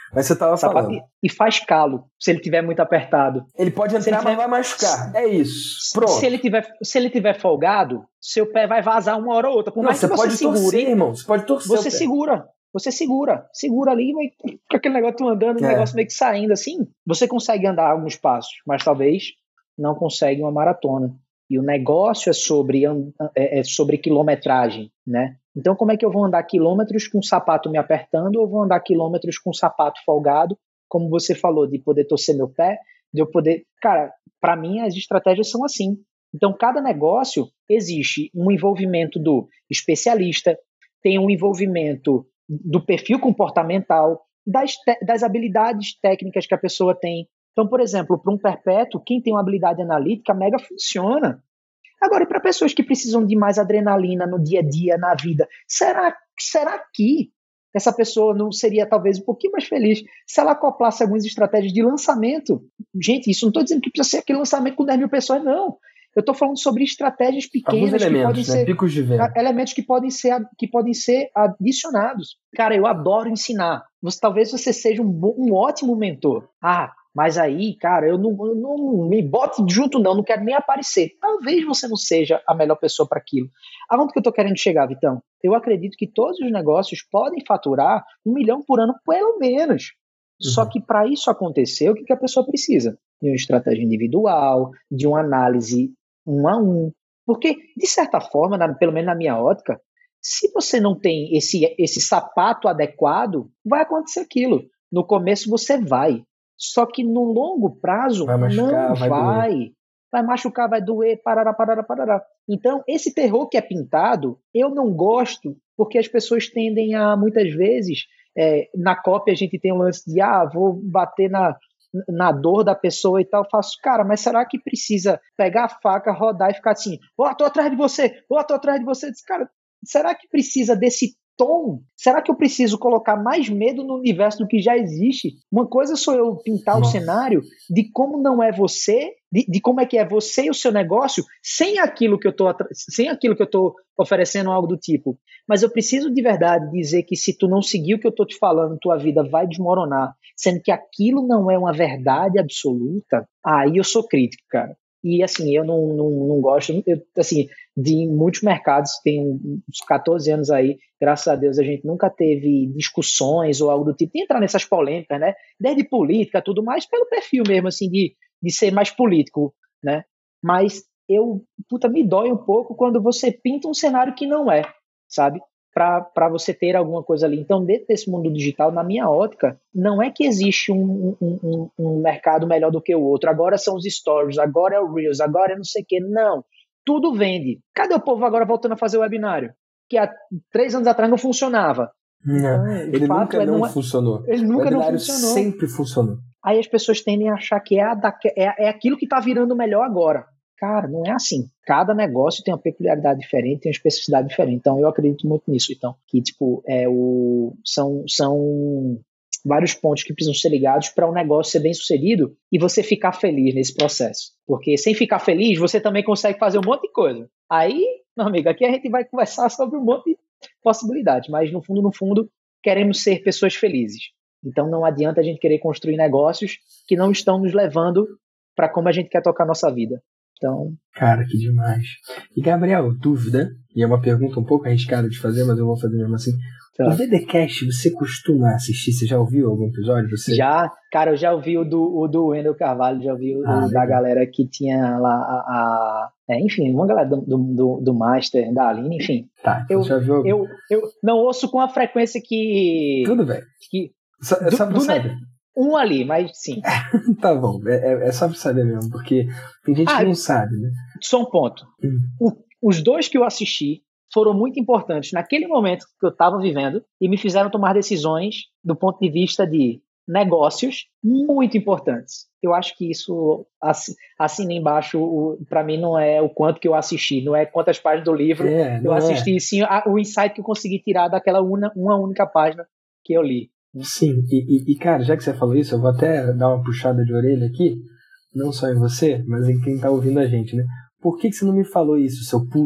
Mas você tava sapato, falando. E faz calo, se ele tiver muito apertado. Ele pode entrar, ele tiver, mas vai machucar. É isso. Pronto. Se ele tiver, se ele tiver folgado, seu pé vai vazar uma hora ou outra. Por Não, mais você que você pode segure, torcer, irmão. Você pode torcer. Você segura. Você segura. Segura ali, vai com aquele negócio andando, o é. negócio meio que saindo assim. Você consegue andar alguns passos, mas talvez não consegue uma maratona. E o negócio é sobre, é sobre quilometragem, né? Então, como é que eu vou andar quilômetros com o sapato me apertando ou vou andar quilômetros com o sapato folgado, como você falou, de poder torcer meu pé, de eu poder... Cara, para mim, as estratégias são assim. Então, cada negócio existe um envolvimento do especialista, tem um envolvimento do perfil comportamental, das, das habilidades técnicas que a pessoa tem. Então, por exemplo, para um perpétuo, quem tem uma habilidade analítica mega funciona. Agora, e para pessoas que precisam de mais adrenalina no dia a dia, na vida, será, será que essa pessoa não seria talvez um pouquinho mais feliz se ela acoplasse algumas estratégias de lançamento? Gente, isso não estou dizendo que precisa ser aquele lançamento com dez mil pessoas, não. Eu estou falando sobre estratégias pequenas elementos, que podem né? ser Picos de venda. elementos que podem ser que podem ser adicionados. Cara, eu adoro ensinar. Você, talvez você seja um, um ótimo mentor. Ah, mas aí, cara, eu não, eu não me bote junto não, não quero nem aparecer. Talvez você não seja a melhor pessoa para aquilo. Aonde que eu estou querendo chegar, Vitão? Eu acredito que todos os negócios podem faturar um milhão por ano, pelo menos. Uhum. Só que para isso acontecer, o que, que a pessoa precisa? De uma estratégia individual, de uma análise um a um. Porque, de certa forma, na, pelo menos na minha ótica, se você não tem esse, esse sapato adequado, vai acontecer aquilo. No começo você vai. Só que no longo prazo vai machucar, não vai. Vai, vai machucar, vai doer, parará, parará, parará. Então, esse terror que é pintado, eu não gosto, porque as pessoas tendem a, muitas vezes, é, na cópia a gente tem um lance de, ah, vou bater na, na dor da pessoa e tal, eu faço, cara, mas será que precisa pegar a faca, rodar e ficar assim, ó, oh, tô atrás de você, ó, oh, tô atrás de você, cara, será que precisa desse tom? Será que eu preciso colocar mais medo no universo do que já existe? Uma coisa sou eu pintar Nossa. o cenário de como não é você, de, de como é que é você e o seu negócio sem aquilo que eu tô, sem aquilo que eu tô oferecendo, algo do tipo. Mas eu preciso de verdade dizer que se tu não seguir o que eu tô te falando, tua vida vai desmoronar, sendo que aquilo não é uma verdade absoluta, aí eu sou crítico, cara. E assim, eu não, não, não gosto, eu, assim, de muitos mercados, tem uns catorze anos aí, graças a Deus a gente nunca teve discussões ou algo do tipo, de entrar nessas polêmicas, né, desde política, tudo mais, pelo perfil mesmo, assim, de, de ser mais político, né, mas eu, puta, me dói um pouco quando você pinta um cenário que não é, sabe, para você ter alguma coisa ali. Então, dentro desse mundo digital, na minha ótica, não é que existe um, um, um, um mercado melhor do que o outro, agora são os stories, agora é o Reels, agora é não sei o que, não. Tudo vende. Cadê o povo agora voltando a fazer o webinário? Que há três anos atrás não funcionava. Não, então, ele nunca é, não, não funcionou. Ele nunca o webinário não funcionou. sempre funcionou. Aí as pessoas tendem a achar que é, a da, é, é aquilo que está virando melhor agora. Cara, não é assim. Cada negócio tem uma peculiaridade diferente, tem uma especificidade diferente. Então, eu acredito muito nisso. Então, que, tipo, é o, são, são vários pontos que precisam ser ligados para o um negócio ser bem sucedido e você ficar feliz nesse processo. Porque sem ficar feliz, você também consegue fazer um monte de coisa. Aí, meu amigo, aqui a gente vai conversar sobre um monte de possibilidades, mas no fundo, no fundo, queremos ser pessoas felizes. Então, não adianta a gente querer construir negócios que não estão nos levando para como a gente quer tocar a nossa vida. Então... Cara, que demais. E, Gabriel, dúvida, e é uma pergunta um pouco arriscada de fazer, mas eu vou fazer mesmo assim. Tá. O VDcast, você costuma assistir? Você já ouviu algum episódio? Você... Já, cara, eu já ouvi o do, o do Wendel Carvalho, já ouvi o ah, da galera que tinha lá a... a é, enfim, uma galera do, do, do Master, da Aline, enfim. Tá, eu, já viu algum? eu, eu não ouço com a frequência que... Tudo bem. Que, só, é só pra do, saber. Do, um ali, mas sim. Tá bom, é, é só pra saber mesmo, porque tem gente ah, que não sabe, né? Só um ponto. Hum. O, os dois que eu assisti foram muito importantes naquele momento que eu estava vivendo e me fizeram tomar decisões do ponto de vista de negócios muito importantes. Eu acho que isso, assina embaixo, para mim não é o quanto que eu assisti, não é quantas páginas do livro é, eu assisti, é. sim a, o insight que eu consegui tirar daquela una, uma única página que eu li. Sim, e, e, e cara, já que você falou isso, eu vou até dar uma puxada de orelha aqui, não só em você, mas em quem tá ouvindo a gente, né? Por que, que você não me falou isso, seu puto?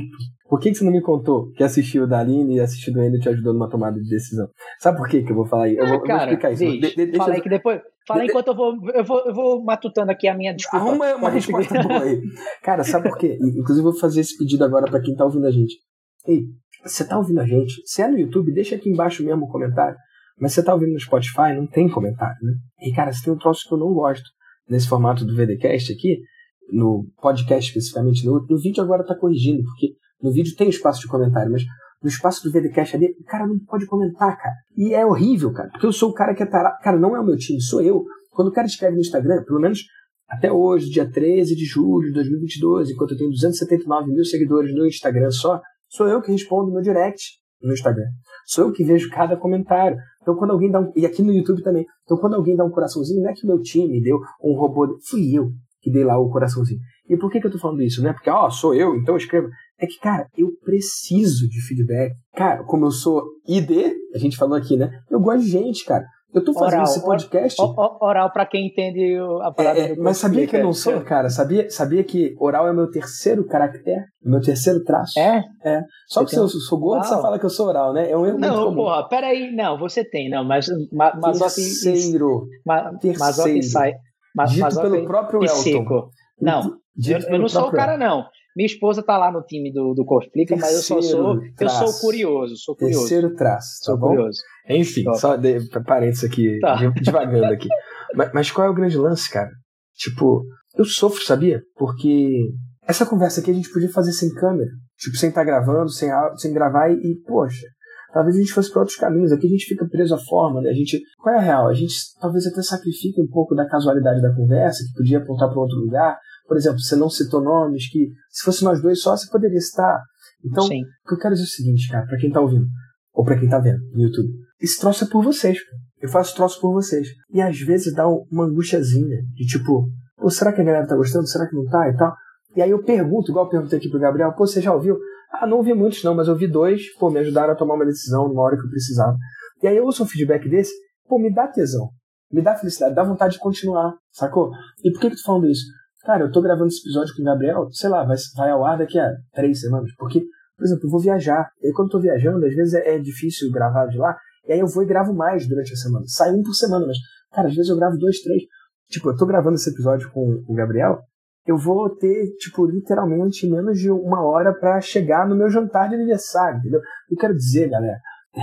Por que, que você não me contou que assistiu o da Aline e assistiu do Ender te ajudou numa tomada de decisão? Sabe por que que eu vou falar aí? Eu vou, ah, cara, eu vou explicar isso. Deixa, de, de, fala deixa aí que depois... Fala de, enquanto eu vou, eu, vou, eu vou matutando aqui a minha desculpa. Arruma uma resposta boa aí. Cara, sabe por quê? Inclusive eu vou fazer esse pedido agora pra quem tá ouvindo a gente. Ei, você tá ouvindo a gente? Se é no YouTube, deixa aqui embaixo mesmo o comentário. Mas você tá ouvindo no Spotify, não tem comentário, né? E cara, se tem um troço que eu não gosto nesse formato do VDcast aqui, no podcast especificamente, no, no vídeo agora tá corrigindo, porque no vídeo tem espaço de comentário, mas no espaço do VDcast ali, o cara não pode comentar, cara. E é horrível, cara, porque eu sou o cara que é tarado. Cara, não é o meu time, sou eu. Quando o cara escreve no Instagram, pelo menos até hoje, dia treze de julho de dois mil e vinte e dois, enquanto eu tenho duzentos e setenta e nove mil seguidores no Instagram só, sou eu que respondo no direct no Instagram. Sou eu que vejo cada comentário. Então, quando alguém dá um... E aqui no YouTube também. Então, quando alguém dá um coraçãozinho, não é que o meu time deu um robô... Fui eu que dei lá o coraçãozinho. E por que que eu tô falando isso? Não é porque, ó, oh, sou eu, então eu escrevo. É que, cara, eu preciso de feedback. Cara, como eu sou I D, a gente falou aqui, né? Eu gosto de gente, cara. Eu tô fazendo oral, esse podcast... Oral, oral pra quem entende a palavra. É, é, mas sabia que eu não sou, cara? Sabia, sabia que oral é meu terceiro caractere? Meu terceiro traço? É? É. Só porque eu sou gordo, Uau. Você fala que eu sou oral, né? É um erro não, muito comum. Porra, peraí. Não, você tem, não. Mas Mazotti... Terceiro. Ma, terceiro. Mazotti sai... Ma, Dito Mazotti pelo próprio Elton. Não, eu, eu não sou o cara, não. Minha esposa tá lá no time do, do Corplica, mas eu só sou... Traço. Eu sou curioso, sou curioso. Terceiro traço, tá sou bom? curioso. Enfim, Top. só de, parênteses aqui, tá. Devagando aqui. mas, mas qual é o grande lance, cara? Tipo, eu sofro, sabia? Porque essa conversa aqui a gente podia fazer sem câmera. Tipo, sem estar gravando, sem, sem gravar e, e, poxa, talvez a gente fosse para outros caminhos. Aqui a gente fica preso à forma, né? A gente, qual é a real? A gente talvez até sacrifique um pouco da casualidade da conversa, que podia apontar para outro lugar. Por exemplo, você não citou nomes que, se fosse nós dois só, você poderia citar. Então, Sim. o que eu quero dizer é o seguinte, cara, para quem tá ouvindo, ou para quem tá vendo no YouTube, esse troço é por vocês, pô. Eu faço troço por vocês. E às vezes dá uma angustiazinha de tipo, pô, será que a galera tá gostando? Será que não tá? E tal. E aí eu pergunto, igual eu perguntei aqui pro Gabriel, pô, você já ouviu? Ah, não ouvi muitos não, mas eu ouvi dois, pô, me ajudaram a tomar uma decisão numa hora que eu precisava. E aí eu ouço um feedback desse, pô, me dá tesão, me dá felicidade, dá vontade de continuar, sacou? E por que que eu tô falando isso? Cara, eu tô gravando esse episódio com o Gabriel, sei lá, vai, vai ao ar daqui a três semanas, porque, por exemplo, eu vou viajar, e aí quando eu tô viajando, às vezes é, é difícil gravar de lá, e aí eu vou e gravo mais durante a semana, sai um por semana, mas, cara, às vezes eu gravo dois, três, tipo, eu tô gravando esse episódio com o Gabriel, eu vou ter, tipo, literalmente menos de uma hora pra chegar no meu jantar de aniversário, entendeu? Eu quero dizer, galera,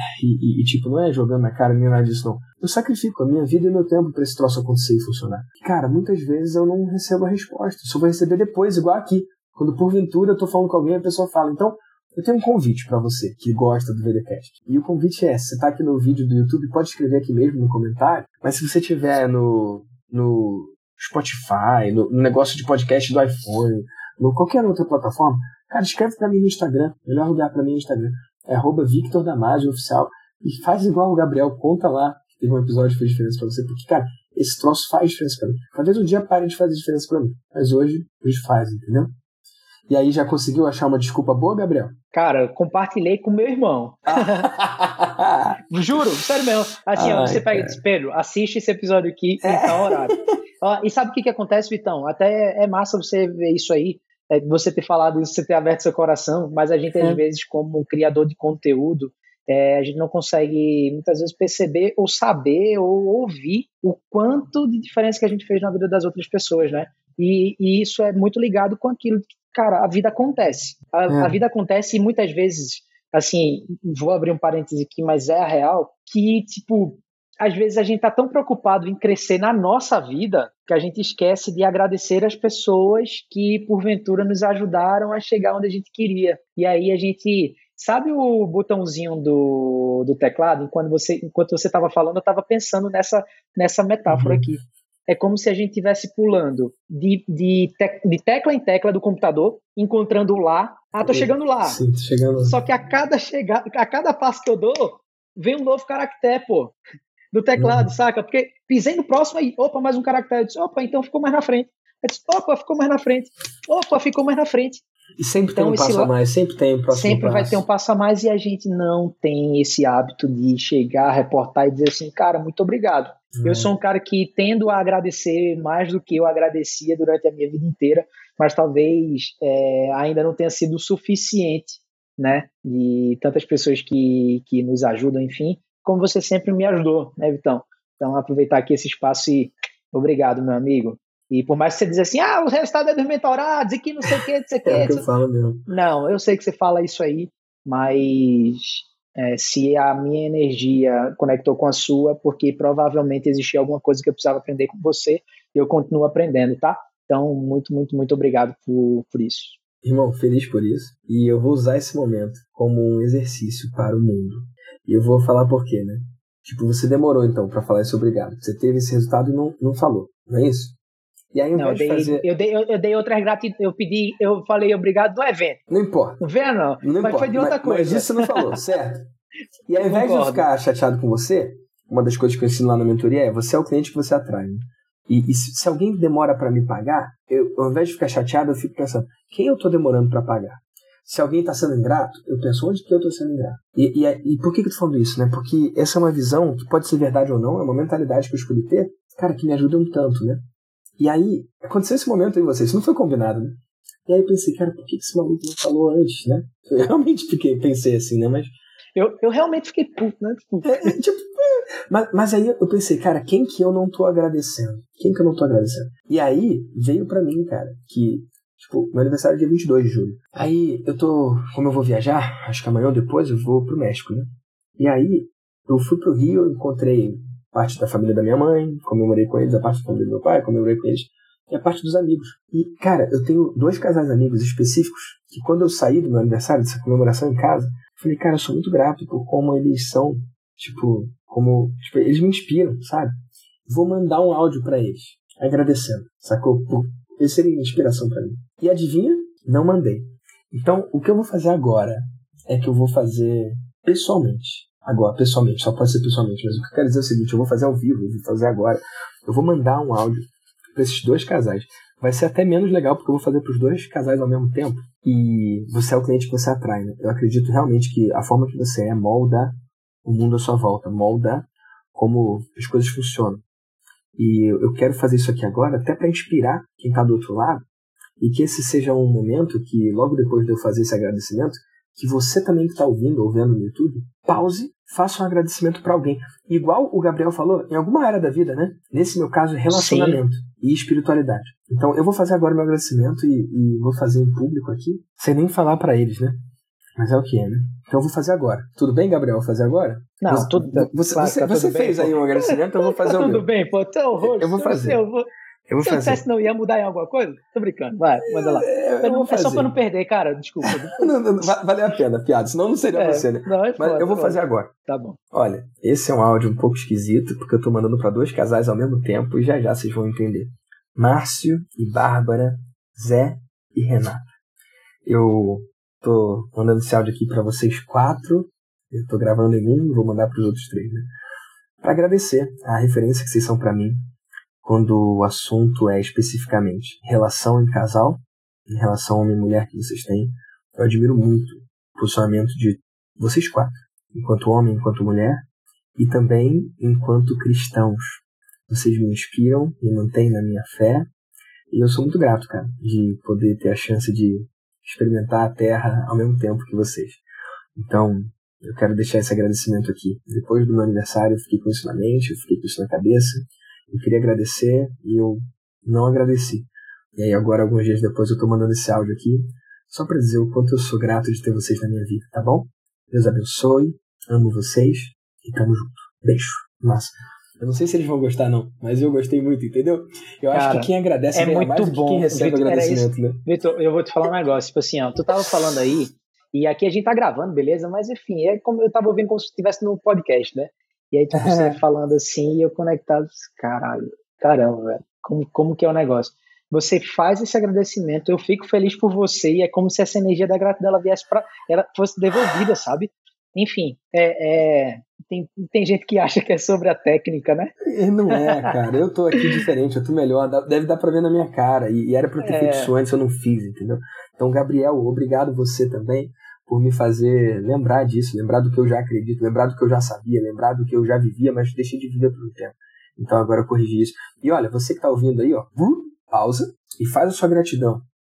e, e, e tipo, não é jogando na cara nem nada disso, não. Eu sacrifico a minha vida e meu tempo pra esse troço acontecer e funcionar. Cara, muitas vezes eu não recebo a resposta, só vou receber depois, igual aqui. Quando porventura eu tô falando com alguém, a pessoa fala. Então, eu tenho um convite pra você que gosta do VDcast. E o convite é, você tá aqui no vídeo do YouTube, pode escrever aqui mesmo no comentário, mas se você tiver no... no Spotify, no, no negócio de podcast do iPhone, no qualquer outra plataforma, cara, escreve pra mim no Instagram, melhor lugar pra mim no Instagram, é arroba Victor Damasio Oficial, e faz igual o Gabriel, conta lá que teve um episódio que fez diferença pra você, porque, cara, esse troço faz diferença pra mim. Talvez um dia pare de fazer diferença pra mim, mas hoje, hoje faz, entendeu? E aí, já conseguiu achar uma desculpa boa, Gabriel? Cara, compartilhei com meu irmão. Juro, sério mesmo. Assim, Ai, ó, você pega esse Pedro, assiste esse episódio aqui em tal horário. Ó, e sabe o que, que acontece, Vitão? Até é massa você ver isso aí, é, você ter falado isso, você ter aberto seu coração, mas a gente, é. às vezes, como criador de conteúdo, é, a gente não consegue, muitas vezes, perceber ou saber ou ouvir o quanto de diferença que a gente fez na vida das outras pessoas, né? E, e isso é muito ligado com aquilo que, cara, a vida acontece. A, é. a vida acontece e muitas vezes, assim, vou abrir um parêntese aqui, mas é a real, que, tipo, às vezes a gente tá tão preocupado em crescer na nossa vida que a gente esquece de agradecer as pessoas que, porventura, nos ajudaram a chegar onde a gente queria. E aí a gente... Sabe o botãozinho do, do teclado? Enquanto você enquanto você estava falando, eu estava pensando nessa, nessa metáfora uhum. aqui. É como se a gente estivesse pulando de, de, te, de tecla em tecla do computador, encontrando lá. Ah, tô chegando lá. Sim, tô chegando. Só que a cada, chega, a cada passo que eu dou, vem um novo caractere, pô, do teclado, uhum. saca? Porque pisei no próximo aí, opa, mais um caractere. Eu disse, opa, então ficou mais na frente. Eu disse, opa, ficou mais na frente. Opa, ficou mais na frente. E sempre então, tem um passo la... a mais, sempre tem um próximo Sempre passo. vai ter um passo a mais e a gente não tem esse hábito de chegar, reportar e dizer assim, cara, muito obrigado. Hum. Eu sou um cara que tendo a agradecer mais do que eu agradecia durante a minha vida inteira, mas talvez é, ainda não tenha sido o suficiente né, de tantas pessoas que, que nos ajudam, enfim, como você sempre me ajudou, né, Vitão? Então, aproveitar aqui esse espaço e obrigado, meu amigo. E por mais que você diz assim, ah, o resultado é dos mentorados e que não sei o que, não sei o que. É o que eu falo mesmo. Não, eu sei que você fala isso aí, mas é, se a minha energia conectou com a sua, porque provavelmente existia alguma coisa que eu precisava aprender com você e eu continuo aprendendo, tá? Então, muito, muito, muito obrigado por, por isso. Irmão, feliz por isso. E eu vou usar esse momento como um exercício para o mundo. E eu vou falar por quê, né? Tipo, você demorou então para falar esse obrigado. Você teve esse resultado e não, não falou, não é isso? E aí, ao não, invés eu dei, de fazer... eu dei, eu, eu dei outras gratidões, eu pedi, eu falei obrigado no evento. Não importa. Não vê, não? Não mas importa. foi de outra mas, coisa. Mas isso você não falou, certo? E ao invés de eu ficar chateado com você, uma das coisas que eu ensino lá na mentoria é você é o cliente que você atrai. Né? E, e se, se alguém demora para me pagar, eu, ao invés de ficar chateado, eu fico pensando, quem eu estou demorando para pagar? Se alguém está sendo ingrato, eu penso, onde que eu estou sendo ingrato? E, e, e por que, que eu estou falando isso? Né? Porque essa é uma visão que pode ser verdade ou não, é uma mentalidade que eu escolhi ter, cara, que me ajuda um tanto, né? E aí, aconteceu esse momento aí, vocês, isso não foi combinado, né? E aí eu pensei, cara, por que esse maluco não falou antes, né? Eu realmente fiquei, pensei assim, né? Mas... Eu, eu realmente fiquei puto, né? Tipo... É, tipo, mas, mas aí eu pensei, cara, quem que eu não tô agradecendo? Quem que eu não tô agradecendo? E aí veio pra mim, cara, que, tipo, meu aniversário é dia vinte e dois de julho. Aí eu tô, como eu vou viajar, acho que amanhã ou depois eu vou pro México, né? E aí eu fui pro Rio, encontrei parte da família da minha mãe, comemorei com eles, a parte da família do meu pai, comemorei com eles, e a parte dos amigos. E, cara, eu tenho dois casais de amigos específicos que quando eu saí do meu aniversário, dessa comemoração em casa, eu falei, cara, eu sou muito grato por como eles são, tipo, como, tipo, eles me inspiram, sabe? Vou mandar um áudio pra eles, agradecendo, sacou? Por eles serem inspiração pra mim. E adivinha? Não mandei. Então, o que eu vou fazer agora é que eu vou fazer pessoalmente. Agora, pessoalmente, só pode ser pessoalmente, mas o que eu quero dizer é o seguinte, eu vou fazer ao vivo, eu vou fazer agora. Eu vou mandar um áudio para esses dois casais. Vai ser até menos legal, porque eu vou fazer para os dois casais ao mesmo tempo. E você é o cliente que você atrai, né? Eu acredito realmente que a forma que você é molda o mundo à sua volta, molda como as coisas funcionam. E eu quero fazer isso aqui agora até para inspirar quem está do outro lado, e que esse seja um momento que, logo depois de eu fazer esse agradecimento, que você também que está ouvindo ou vendo no YouTube, pause, faça um agradecimento para alguém. Igual o Gabriel falou, em alguma área da vida, né? Nesse meu caso, relacionamento. Sim. E espiritualidade. Então, eu vou fazer agora meu agradecimento e, e vou fazer em público aqui, sem nem falar para eles, né? Mas é o que é, né? Então eu vou fazer agora. Tudo bem, Gabriel? Vou fazer agora? Não, você, tudo Você, claro, você, tá você tudo fez bem, aí um agradecimento, eu vou fazer o meu. Tudo bem, pô. Teu rosto, eu vou fazer. Eu vou... Eu vou Se fazer. eu dissesse não ia mudar em alguma coisa, tô brincando. Vai, manda lá. É, eu vou fazer. É só pra não perder, cara. Desculpa. não, não, não, valeu a pena, piada. Senão não seria é, você, né? Não, é Mas foda, eu vou foda. fazer agora. Tá bom. Olha, esse é um áudio um pouco esquisito, porque eu tô mandando pra dois casais ao mesmo tempo e já já vocês vão entender. Márcio e Bárbara, Zé e Renato. Eu tô mandando esse áudio aqui pra vocês quatro. Eu tô gravando em um e vou mandar pros outros três, né? Pra agradecer a referência que vocês são pra mim quando o assunto é especificamente relação em casal, em relação homem e mulher que vocês têm. Eu admiro muito o posicionamento de vocês quatro, enquanto homem, enquanto mulher, e também enquanto cristãos. Vocês me inspiram, me mantêm na minha fé, e eu sou muito grato, cara, de poder ter a chance de experimentar a Terra ao mesmo tempo que vocês. Então, eu quero deixar esse agradecimento aqui. Depois do meu aniversário, eu fiquei com isso na mente, eu fiquei com isso na cabeça. Eu queria agradecer e eu não agradeci. E aí agora, alguns dias depois, eu tô mandando esse áudio aqui só para dizer o quanto eu sou grato de ter vocês na minha vida, tá bom? Deus abençoe, amo vocês e tamo junto. Beijo. Massa. Eu não sei se eles vão gostar não, mas eu gostei muito, entendeu? Eu Cara, acho que quem agradece é ganha muito mais do bom. que quem recebe Vitor, agradecimento, né? Vitor, eu vou te falar um negócio, tipo assim, ó, tu tava falando aí, e aqui a gente tá gravando, beleza? Mas enfim, é como eu tava ouvindo como se estivesse no podcast, né? E aí, tipo, você falando assim, e eu conectado, caralho, caramba, velho, como, como que é o negócio? Você faz esse agradecimento, eu fico feliz por você, e é como se essa energia da gratidão ela viesse pra, ela fosse devolvida, sabe? Enfim, é, é, tem, tem gente que acha que é sobre a técnica, né? Não é, cara, eu tô aqui diferente, eu tô melhor, deve dar pra ver na minha cara, e, e era pra eu ter é... feito isso antes, eu não fiz, entendeu? Então, Gabriel, obrigado você também por me fazer lembrar disso, lembrar do que eu já acredito, lembrar do que eu já sabia, lembrar do que eu já vivia, mas deixei de viver por um tempo. Então agora eu corrigi isso. E olha, você que tá ouvindo aí, ó, pausa e faz a sua gratidão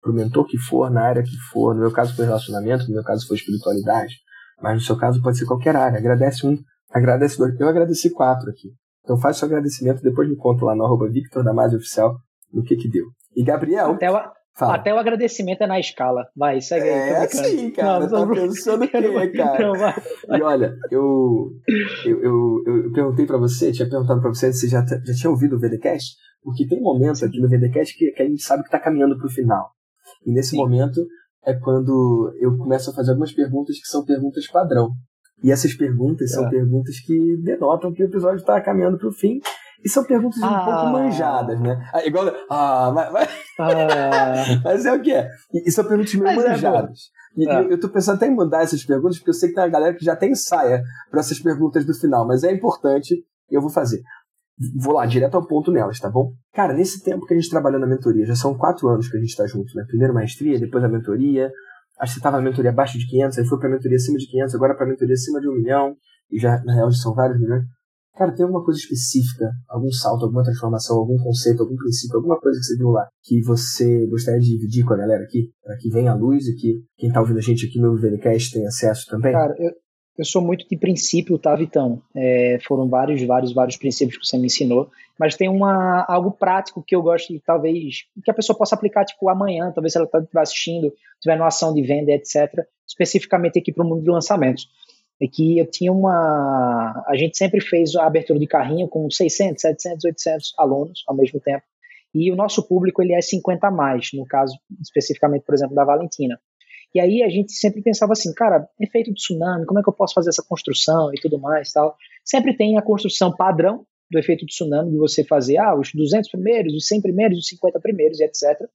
pro mentor que for, na área que for. No meu caso foi relacionamento, no meu caso foi espiritualidade, mas no seu caso pode ser qualquer área. Agradece um, agradece dois. Eu agradeci quatro aqui. Então faz seu agradecimento, depois me conta lá no arroba Victor Damasio Oficial no que que deu. E Gabriel... Até o, até o agradecimento é na escala. Vai, segue aí. É assim, cara. Não, tá pensando o quê, cara? Não, vai, vai. E olha, eu, eu, eu, eu perguntei pra você, tinha perguntado pra você se você já, já tinha ouvido o VDcast, porque tem um momento aqui no VDcast que, que a gente sabe que tá caminhando pro final. E nesse Sim. momento é quando eu começo a fazer algumas perguntas que são perguntas padrão. E essas perguntas é. são perguntas que denotam que o episódio está caminhando para o fim. E são perguntas ah. um pouco manjadas, né? Ah, igual... Ah, mas... Mas, ah. mas é o que é. E, e são perguntas meio mas manjadas. É e, é. eu, eu tô pensando até em mudar essas perguntas, porque eu sei que tem uma galera que já tem saia para essas perguntas do final. Mas é importante e eu vou fazer. Vou lá, direto ao ponto nelas, tá bom? Cara, nesse tempo que a gente trabalhou na mentoria, já são quatro anos que a gente está junto, né? Primeiro maestria, depois a mentoria... Acho que você estava na mentoria abaixo de quinhentos, aí foi para a mentoria acima de quinhentos, agora para a mentoria acima de um milhão, e já, na real, já são vários milhões. Cara, tem alguma coisa específica, algum salto, alguma transformação, algum conceito, algum princípio, alguma coisa que você viu lá, que você gostaria de dividir com a galera aqui, para que venha a luz e que quem está ouvindo a gente aqui no VDcast tenha acesso também? Cara, eu, eu sou muito de princípio, tá, Vitão? É, foram vários, vários, vários princípios que você me ensinou, mas tem uma, algo prático que eu gosto de, talvez, que a pessoa possa aplicar, tipo, amanhã, talvez se ela estiver assistindo, tiver numa ação de venda, etcétera, especificamente aqui para o mundo de lançamentos. É que eu tinha uma... A gente sempre fez a abertura de carrinho com seiscentos, setecentos, oitocentos alunos ao mesmo tempo, e o nosso público, ele é cinquenta a mais, no caso, especificamente, por exemplo, da Valentina. E aí a gente sempre pensava assim, cara, efeito de tsunami, como é que eu posso fazer essa construção e tudo mais, tal. Sempre tem a construção padrão do efeito de tsunami, de você fazer ah, os duzentos primeiros, os cem primeiros, os cinquenta primeiros, etcétera.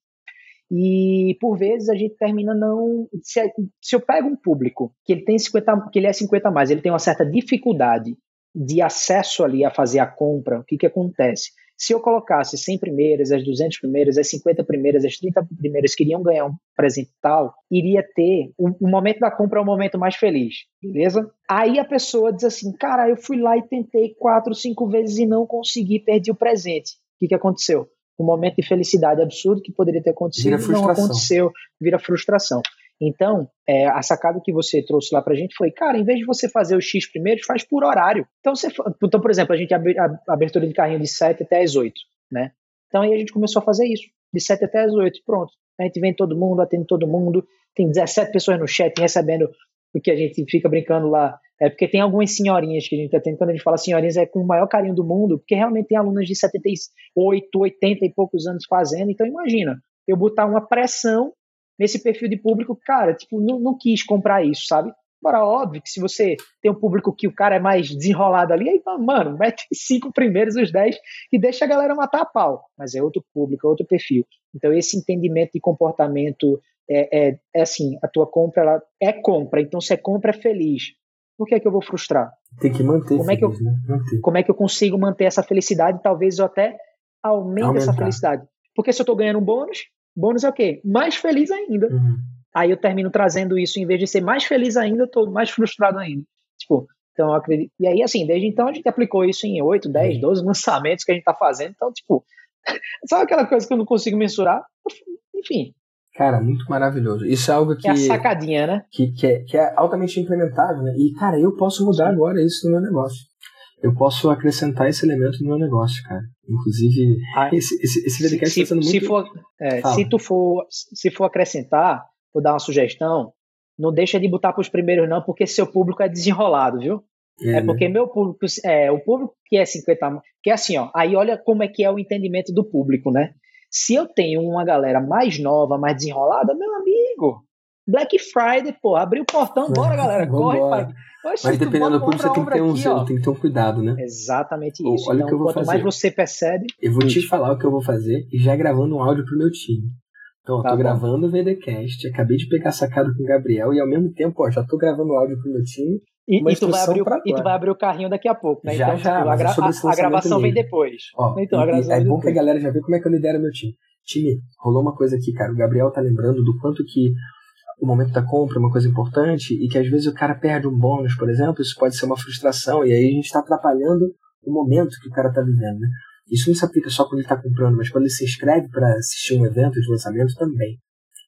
E por vezes a gente termina não... Se, se eu pego um público que ele tem cinquenta, que ele é cinquenta a mais, ele tem uma certa dificuldade de acesso ali a fazer a compra, o que que acontece? Se eu colocasse cem primeiras, as duzentas primeiras, as cinquenta primeiras, as trinta primeiras que iriam ganhar um presente tal, iria ter... O, o momento da compra é o momento mais feliz, beleza? Aí a pessoa diz assim, cara, eu fui lá e tentei quatro, cinco vezes e não consegui, perdi o presente. O que que aconteceu? Um momento de felicidade absurdo que poderia ter acontecido não aconteceu, vira frustração. Então, é, a sacada que você trouxe lá pra gente foi, cara, em vez de você fazer os X primeiros, faz por horário. Então, você, então por exemplo, a gente abre a abertura de carrinho de sete até as oito, né? Então, aí a gente começou a fazer isso, de sete até as oito, pronto. A gente vem todo mundo, atende todo mundo, tem dezessete pessoas no chat recebendo o que a gente fica brincando lá. É porque tem algumas senhorinhas que a gente atende, quando a gente fala senhorinhas é com o maior carinho do mundo, porque realmente tem alunas de setenta e oito, oitenta e poucos anos fazendo. Então, imagina, eu botar uma pressão nesse perfil de público, cara, tipo, não, não quis comprar isso, sabe? Agora, óbvio que se você tem um público que o cara é mais desenrolado ali, aí, mano, mete cinco primeiros, os dez, e deixa a galera matar a pau. Mas é outro público, é outro perfil. Então, esse entendimento de comportamento é, é, é assim, a tua compra, ela é compra, então se é compra, é feliz. Por que é que eu vou frustrar? Tem que manter como, feliz, é que eu, né? manter. como é que eu consigo manter essa felicidade? Talvez eu até aumente Aumentar. essa felicidade. Porque se eu tô ganhando um bônus, bônus é o quê? Mais feliz ainda. Uhum. Aí eu termino trazendo isso, em vez de ser mais feliz ainda, eu tô mais frustrado ainda. Tipo, então eu acredito. E aí, assim, desde então a gente aplicou isso em oito, dez, doze lançamentos que a gente tá fazendo. Então, tipo, sabe aquela coisa que eu não consigo mensurar? Enfim. Cara, muito maravilhoso. Isso é algo que... É a sacadinha, né? Que, que, é, que é altamente implementável, né? E, cara, eu posso mudar Sim. agora isso no meu negócio. Eu posso acrescentar esse elemento no meu negócio, cara. Inclusive, ah, esse, esse, esse VDcast está sendo muito... Se, for, é, se tu for, se for acrescentar, vou dar uma sugestão, não deixa de botar para os primeiros não, porque seu público é desenrolado, viu? É, é porque né? meu público, é, o público que é cinquenta, que é assim, ó, aí olha como é que é o entendimento do público, né? Se eu tenho uma galera mais nova, mais desenrolada, meu amigo, Black Friday, pô, abriu o portão, bora galera, corre, pai. Oxe, Mas dependendo do público, você tem que ter um zelo, tem que ter um cuidado, né? Exatamente isso. Olha então, o que eu vou quanto fazer. mais você percebe... Eu vou isso. te falar o que eu vou fazer e já gravando um áudio pro meu time. Então, ó, tá tô bom. gravando o VDcast, acabei de pegar a sacada com o Gabriel e ao mesmo tempo, ó, já tô gravando o áudio pro meu time. E, e, tu vai abrir o, e tu vai abrir o carrinho daqui a pouco, né? Já, então, já, tipo, a, gra a, a gravação mesmo. vem depois. Ó, então, e, a gravação é vem bom depois. que a galera já vê como é que eu lidero meu time. Time, rolou uma coisa aqui, cara. O Gabriel tá lembrando do quanto que o momento da compra é uma coisa importante e que às vezes o cara perde um bônus, por exemplo, isso pode ser uma frustração e aí a gente está atrapalhando o momento que o cara está vivendo, né? Isso não se aplica só quando ele está comprando, mas quando ele se inscreve para assistir um evento de lançamento também.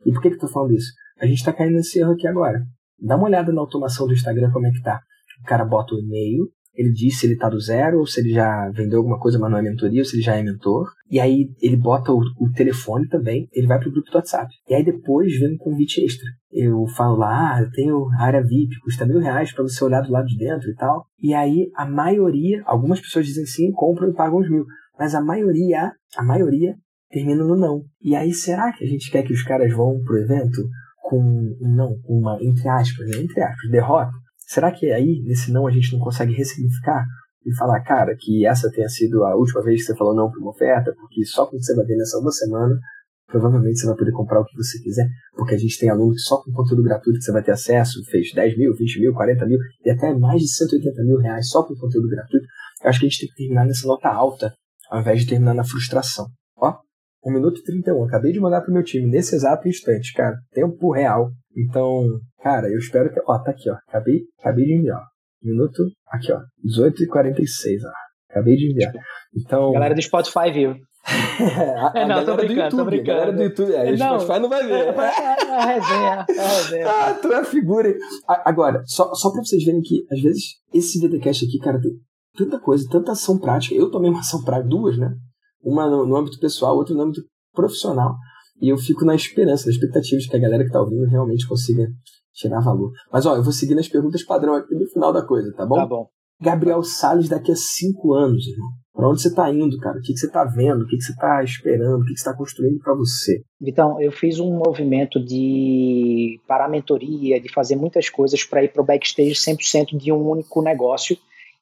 E por que que eu tô falando isso? A gente tá caindo nesse erro aqui agora. Dá uma olhada na automação do Instagram, como é que tá. O cara bota o e-mail, ele diz se ele tá do zero, ou se ele já vendeu alguma coisa, mas não é mentoria, ou se ele já é mentor. E aí ele bota o, o telefone também, ele vai pro grupo do WhatsApp. E aí depois vem um convite extra. Eu falo lá, ah, eu tenho área V I P, custa mil reais pra você olhar do lado de dentro e tal. E aí a maioria, algumas pessoas dizem sim, compram e pagam os mil. Mas a maioria, a maioria termina no não. E aí será que a gente quer que os caras vão pro evento com um não, com uma, entre aspas, né, entre aspas, derrota? Será que aí, nesse não, a gente não consegue ressignificar e falar, cara, que essa tenha sido a última vez que você falou não para uma oferta, porque só quando você vai ver nessa uma semana, provavelmente você vai poder comprar o que você quiser, porque a gente tem aluno que só com conteúdo gratuito que você vai ter acesso, fez dez mil, vinte mil, quarenta mil, e até mais de cento e oitenta mil reais só com conteúdo gratuito. Eu acho que a gente tem que terminar nessa nota alta, ao invés de terminar na frustração. Ó, um minuto e trinta e um, acabei de mandar pro meu time, nesse exato instante, cara, tempo real. Então, cara, eu espero que... Ó, tá aqui, ó. Acabei, acabei de enviar. Minuto... Aqui, ó. dezoito e quarenta e seis, ó. Acabei de enviar. Então... Galera do Spotify viu. a, a é, não, tô brincando, YouTube, tô brincando. A galera do YouTube. É, o Spotify não vai ver. É a resenha, é a resenha. Ah, tu é figura. Agora, só, só pra vocês verem que, às vezes, esse VDcast aqui, cara, tem tanta coisa, tanta ação prática. Eu tomei uma ação prática, duas, né? Uma no, no âmbito pessoal, outra no âmbito profissional. E eu fico na esperança, na expectativa de que a galera que tá ouvindo realmente consiga tirar valor. Mas, ó, eu vou seguir nas perguntas padrão aqui no final da coisa, tá bom? Tá bom. Gabriel Salles daqui a cinco anos, irmão. Pra onde você tá indo, cara? O que, que você tá vendo? O que, que você tá esperando? O que, que você tá construindo pra você? Então, eu fiz um movimento de para a mentoria, de fazer muitas coisas para ir pro backstage cem por cento de um único negócio.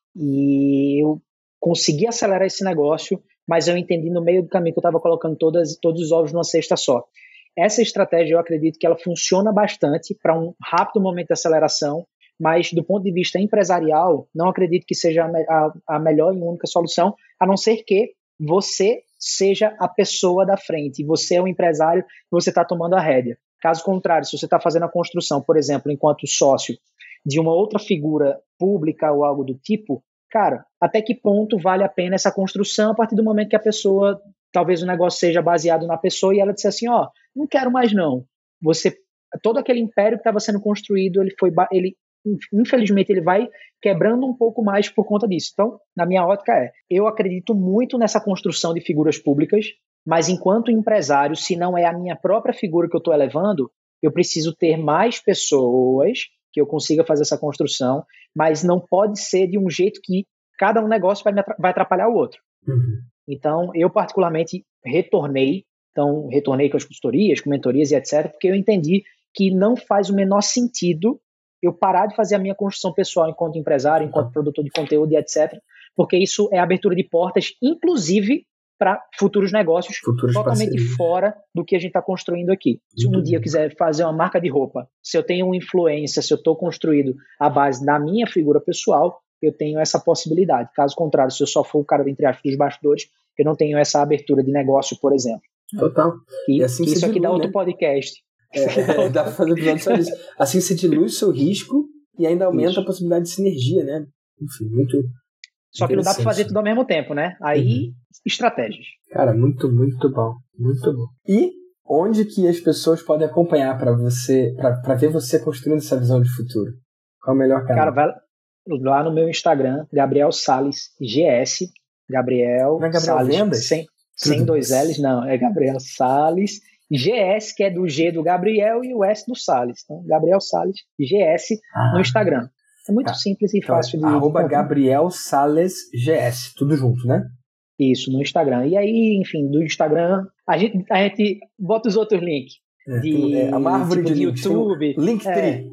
E eu consegui acelerar esse negócio, mas eu entendi no meio do caminho que eu estava colocando todas, todos os ovos numa cesta só. Essa estratégia, eu acredito que ela funciona bastante para um rápido momento de aceleração, mas do ponto de vista empresarial, não acredito que seja a, a, a melhor e única solução, a não ser que você seja a pessoa da frente, você é o empresário, você está tomando a rédea. Caso contrário, se você está fazendo a construção, por exemplo, enquanto sócio de uma outra figura pública ou algo do tipo, cara, até que ponto vale a pena essa construção a partir do momento que a pessoa, talvez o negócio seja baseado na pessoa e ela disse assim, ó, não quero mais não. Você, todo aquele império que estava sendo construído, ele foi, ele, infelizmente, ele vai quebrando um pouco mais por conta disso. Então, na minha ótica é, eu acredito muito nessa construção de figuras públicas, mas enquanto empresário, se não é a minha própria figura que eu estou elevando, eu preciso ter mais pessoas que eu consiga fazer essa construção, mas não pode ser de um jeito que cada um negócio vai, me atra- vai atrapalhar o outro. Uhum. Então, eu particularmente retornei, então retornei com as consultorias, com mentorias e etcétera, porque eu entendi que não faz o menor sentido eu parar de fazer a minha construção pessoal enquanto empresário, enquanto uhum. produtor de conteúdo e etcétera, porque isso é abertura de portas, inclusive para futuros negócios Futuros totalmente parceiros. Fora do que a gente está construindo aqui. Se um Muito dia eu quiser fazer uma marca de roupa, se eu tenho uma influência, se eu estou construído à base da minha figura pessoal, eu tenho essa possibilidade. Caso contrário, se eu só for o cara, entre aspas, dos bastidores, eu não tenho essa abertura de negócio, por exemplo. Total. E, assim que isso aqui dilui, dá outro né? podcast. É, é, dá pra fazer episódio só disso. Assim você dilui o seu risco e ainda aumenta Isso. a possibilidade de sinergia, né? Enfim, muito... Só que não dá para fazer tudo ao mesmo tempo, né? Aí, uhum. estratégias. Cara, muito, muito bom. Muito bom. E onde que as pessoas podem acompanhar para você, para ver você construindo essa visão de futuro? Qual é o melhor canal? Cara, vai lá no meu Instagram, Gabriel Salles G S. Gabriel, não é Gabriel Salles, Vendas? Sem, sem dois L's, não. É Gabriel Salles G S, que é do G do Gabriel e o S do Salles. Então, Gabriel Salles G S ah. no Instagram. É muito tá. simples e então, fácil de... Arroba de Gabriel Salles G S, tudo junto, né? Isso, no Instagram. E aí, enfim, do Instagram, a gente, a gente bota os outros links. É, de, é uma árvore tipo, de, de links, YouTube. Linktree.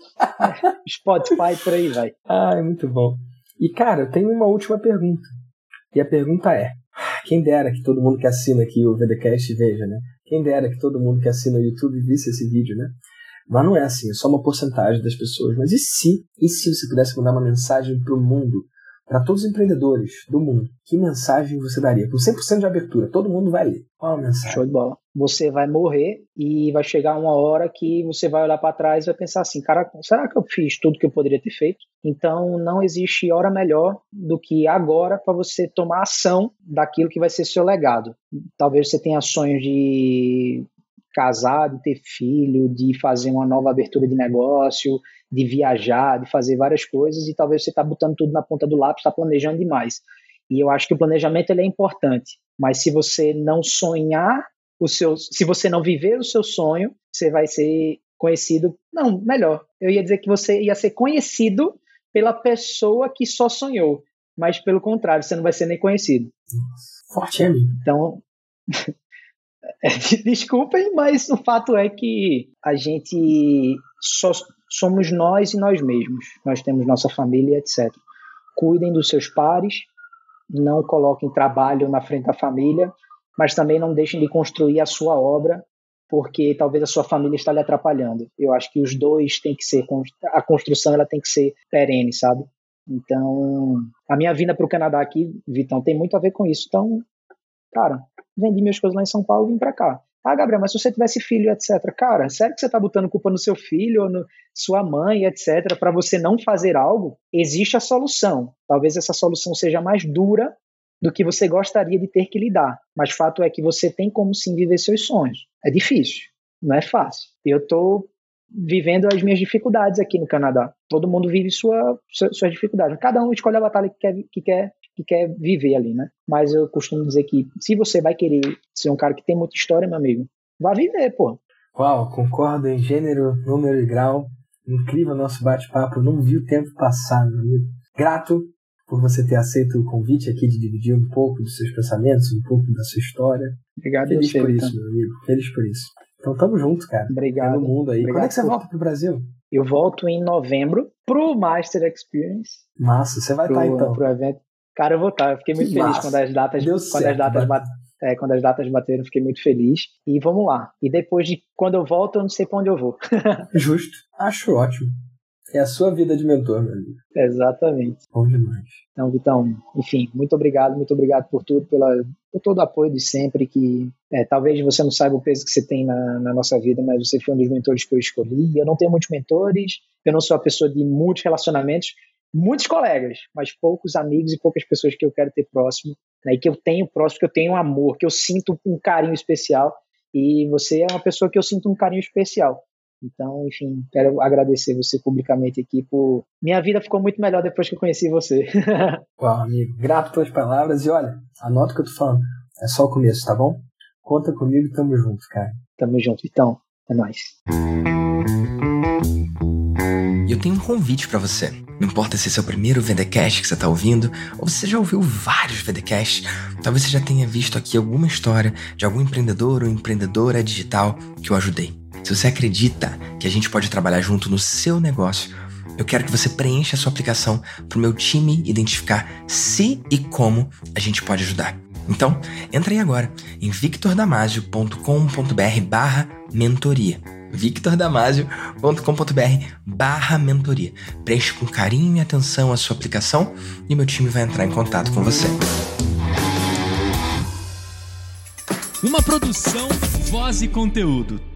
É, Spotify, por aí vai. Ah, é muito bom. E, cara, eu tenho uma última pergunta. E a pergunta é, quem dera que todo mundo que assina aqui o VDcast veja, né? Quem dera que todo mundo que assina o YouTube visse esse vídeo, né? Mas não é assim, é só uma porcentagem das pessoas. Mas e se, e se você pudesse mandar uma mensagem para o mundo, para todos os empreendedores do mundo, que mensagem você daria? Com cem por cento de abertura, todo mundo vai ler. Qual a mensagem? Show de bola. Você vai morrer e vai chegar uma hora que você vai olhar para trás e vai pensar assim, cara, será que eu fiz tudo que eu poderia ter feito? Então não existe hora melhor do que agora para você tomar ação daquilo que vai ser seu legado. Talvez você tenha sonhos de casar, de ter filho, de fazer uma nova abertura de negócio, de viajar, de fazer várias coisas, e talvez você está botando tudo na ponta do lápis, está planejando demais. E eu acho que o planejamento ele é importante, mas se você não sonhar o seu, se você não viver o seu sonho, você vai ser conhecido, não, melhor, eu ia dizer que você ia ser conhecido pela pessoa que só sonhou, mas pelo contrário, você não vai ser nem conhecido. Forte, amigo. Então, desculpem, mas o fato é que a gente só somos nós e nós mesmos. Nós temos nossa família, etcétera. Cuidem dos seus pares, não coloquem trabalho na frente da família, mas também não deixem de construir a sua obra, porque talvez a sua família está lhe atrapalhando. Eu acho que os dois têm que ser, a construção ela tem que ser perene, sabe? Então, a minha vinda para o Canadá aqui, Vitão, tem muito a ver com isso. Então, cara, vendi minhas coisas lá em São Paulo e vim para cá. Ah, Gabriel, mas se você tivesse filho, etcétera. Cara, sério que você está botando culpa no seu filho ou no sua mãe, etcétera, para você não fazer algo? Existe a solução. Talvez essa solução seja mais dura do que você gostaria de ter que lidar. Mas fato é que você tem como sim viver seus sonhos. É difícil, não é fácil. Eu estou vivendo as minhas dificuldades aqui no Canadá. Todo mundo vive sua, suas dificuldades. Cada um escolhe a batalha que quer, que quer que quer viver ali, né? Mas eu costumo dizer que se você vai querer ser um cara que tem muita história, meu amigo, vá viver, pô. Uau, concordo em gênero, número e grau. Incrível nosso bate-papo. Eu não vi o tempo passar, meu amigo. Grato por você ter aceito o convite aqui de dividir um pouco dos seus pensamentos, um pouco da sua história. Obrigado. Feliz você, por então. isso, meu amigo. Feliz por isso. Então tamo junto, cara. Obrigado. Pelo mundo aí. Obrigado. Quando é que você por... volta pro Brasil? Eu volto em novembro pro Master Experience. Massa, você vai estar então. Pro evento. Cara, eu vou estar. Eu fiquei muito que feliz massa. quando as datas, Deu quando certo, as datas, bat... é, quando as datas bateram, eu fiquei muito feliz. E vamos lá. E depois de quando eu volto, eu não sei pra onde eu vou. Justo. Acho ótimo. É a sua vida de mentor, meu amigo. Exatamente. Bom demais. Então, Vitão, enfim, muito obrigado, muito obrigado por tudo, pela, por todo o apoio de sempre, que é, talvez você não saiba o peso que você tem na, na nossa vida, mas você foi um dos mentores que eu escolhi. Eu não tenho muitos mentores, eu não sou a pessoa de muitos relacionamentos, muitos colegas, mas poucos amigos e poucas pessoas que eu quero ter próximo, né, e que eu tenho próximo, que eu tenho amor, que eu sinto um carinho especial, e você é uma pessoa que eu sinto um carinho especial. Então, enfim, quero agradecer você publicamente aqui por... Minha vida ficou muito melhor depois que eu conheci você. Uau, amigo. Grato pelas palavras. E olha, anota o que eu tô falando. É só o começo, tá bom? Conta comigo e tamo junto, cara. Tamo junto, então. É nóis. E eu tenho um convite pra você. Não importa se esse é o primeiro VDcast que você tá ouvindo, ou você já ouviu vários VDcasts, talvez você já tenha visto aqui alguma história de algum empreendedor ou empreendedora digital que eu ajudei. Se você acredita que a gente pode trabalhar junto no seu negócio, eu quero que você preencha a sua aplicação para o meu time identificar se e como a gente pode ajudar. Então, entra aí agora em victordamasio.com.br barra mentoria. victordamasio.com.br barra mentoria. Preencha com carinho e atenção a sua aplicação e meu time vai entrar em contato com você. Uma produção, voz e conteúdo.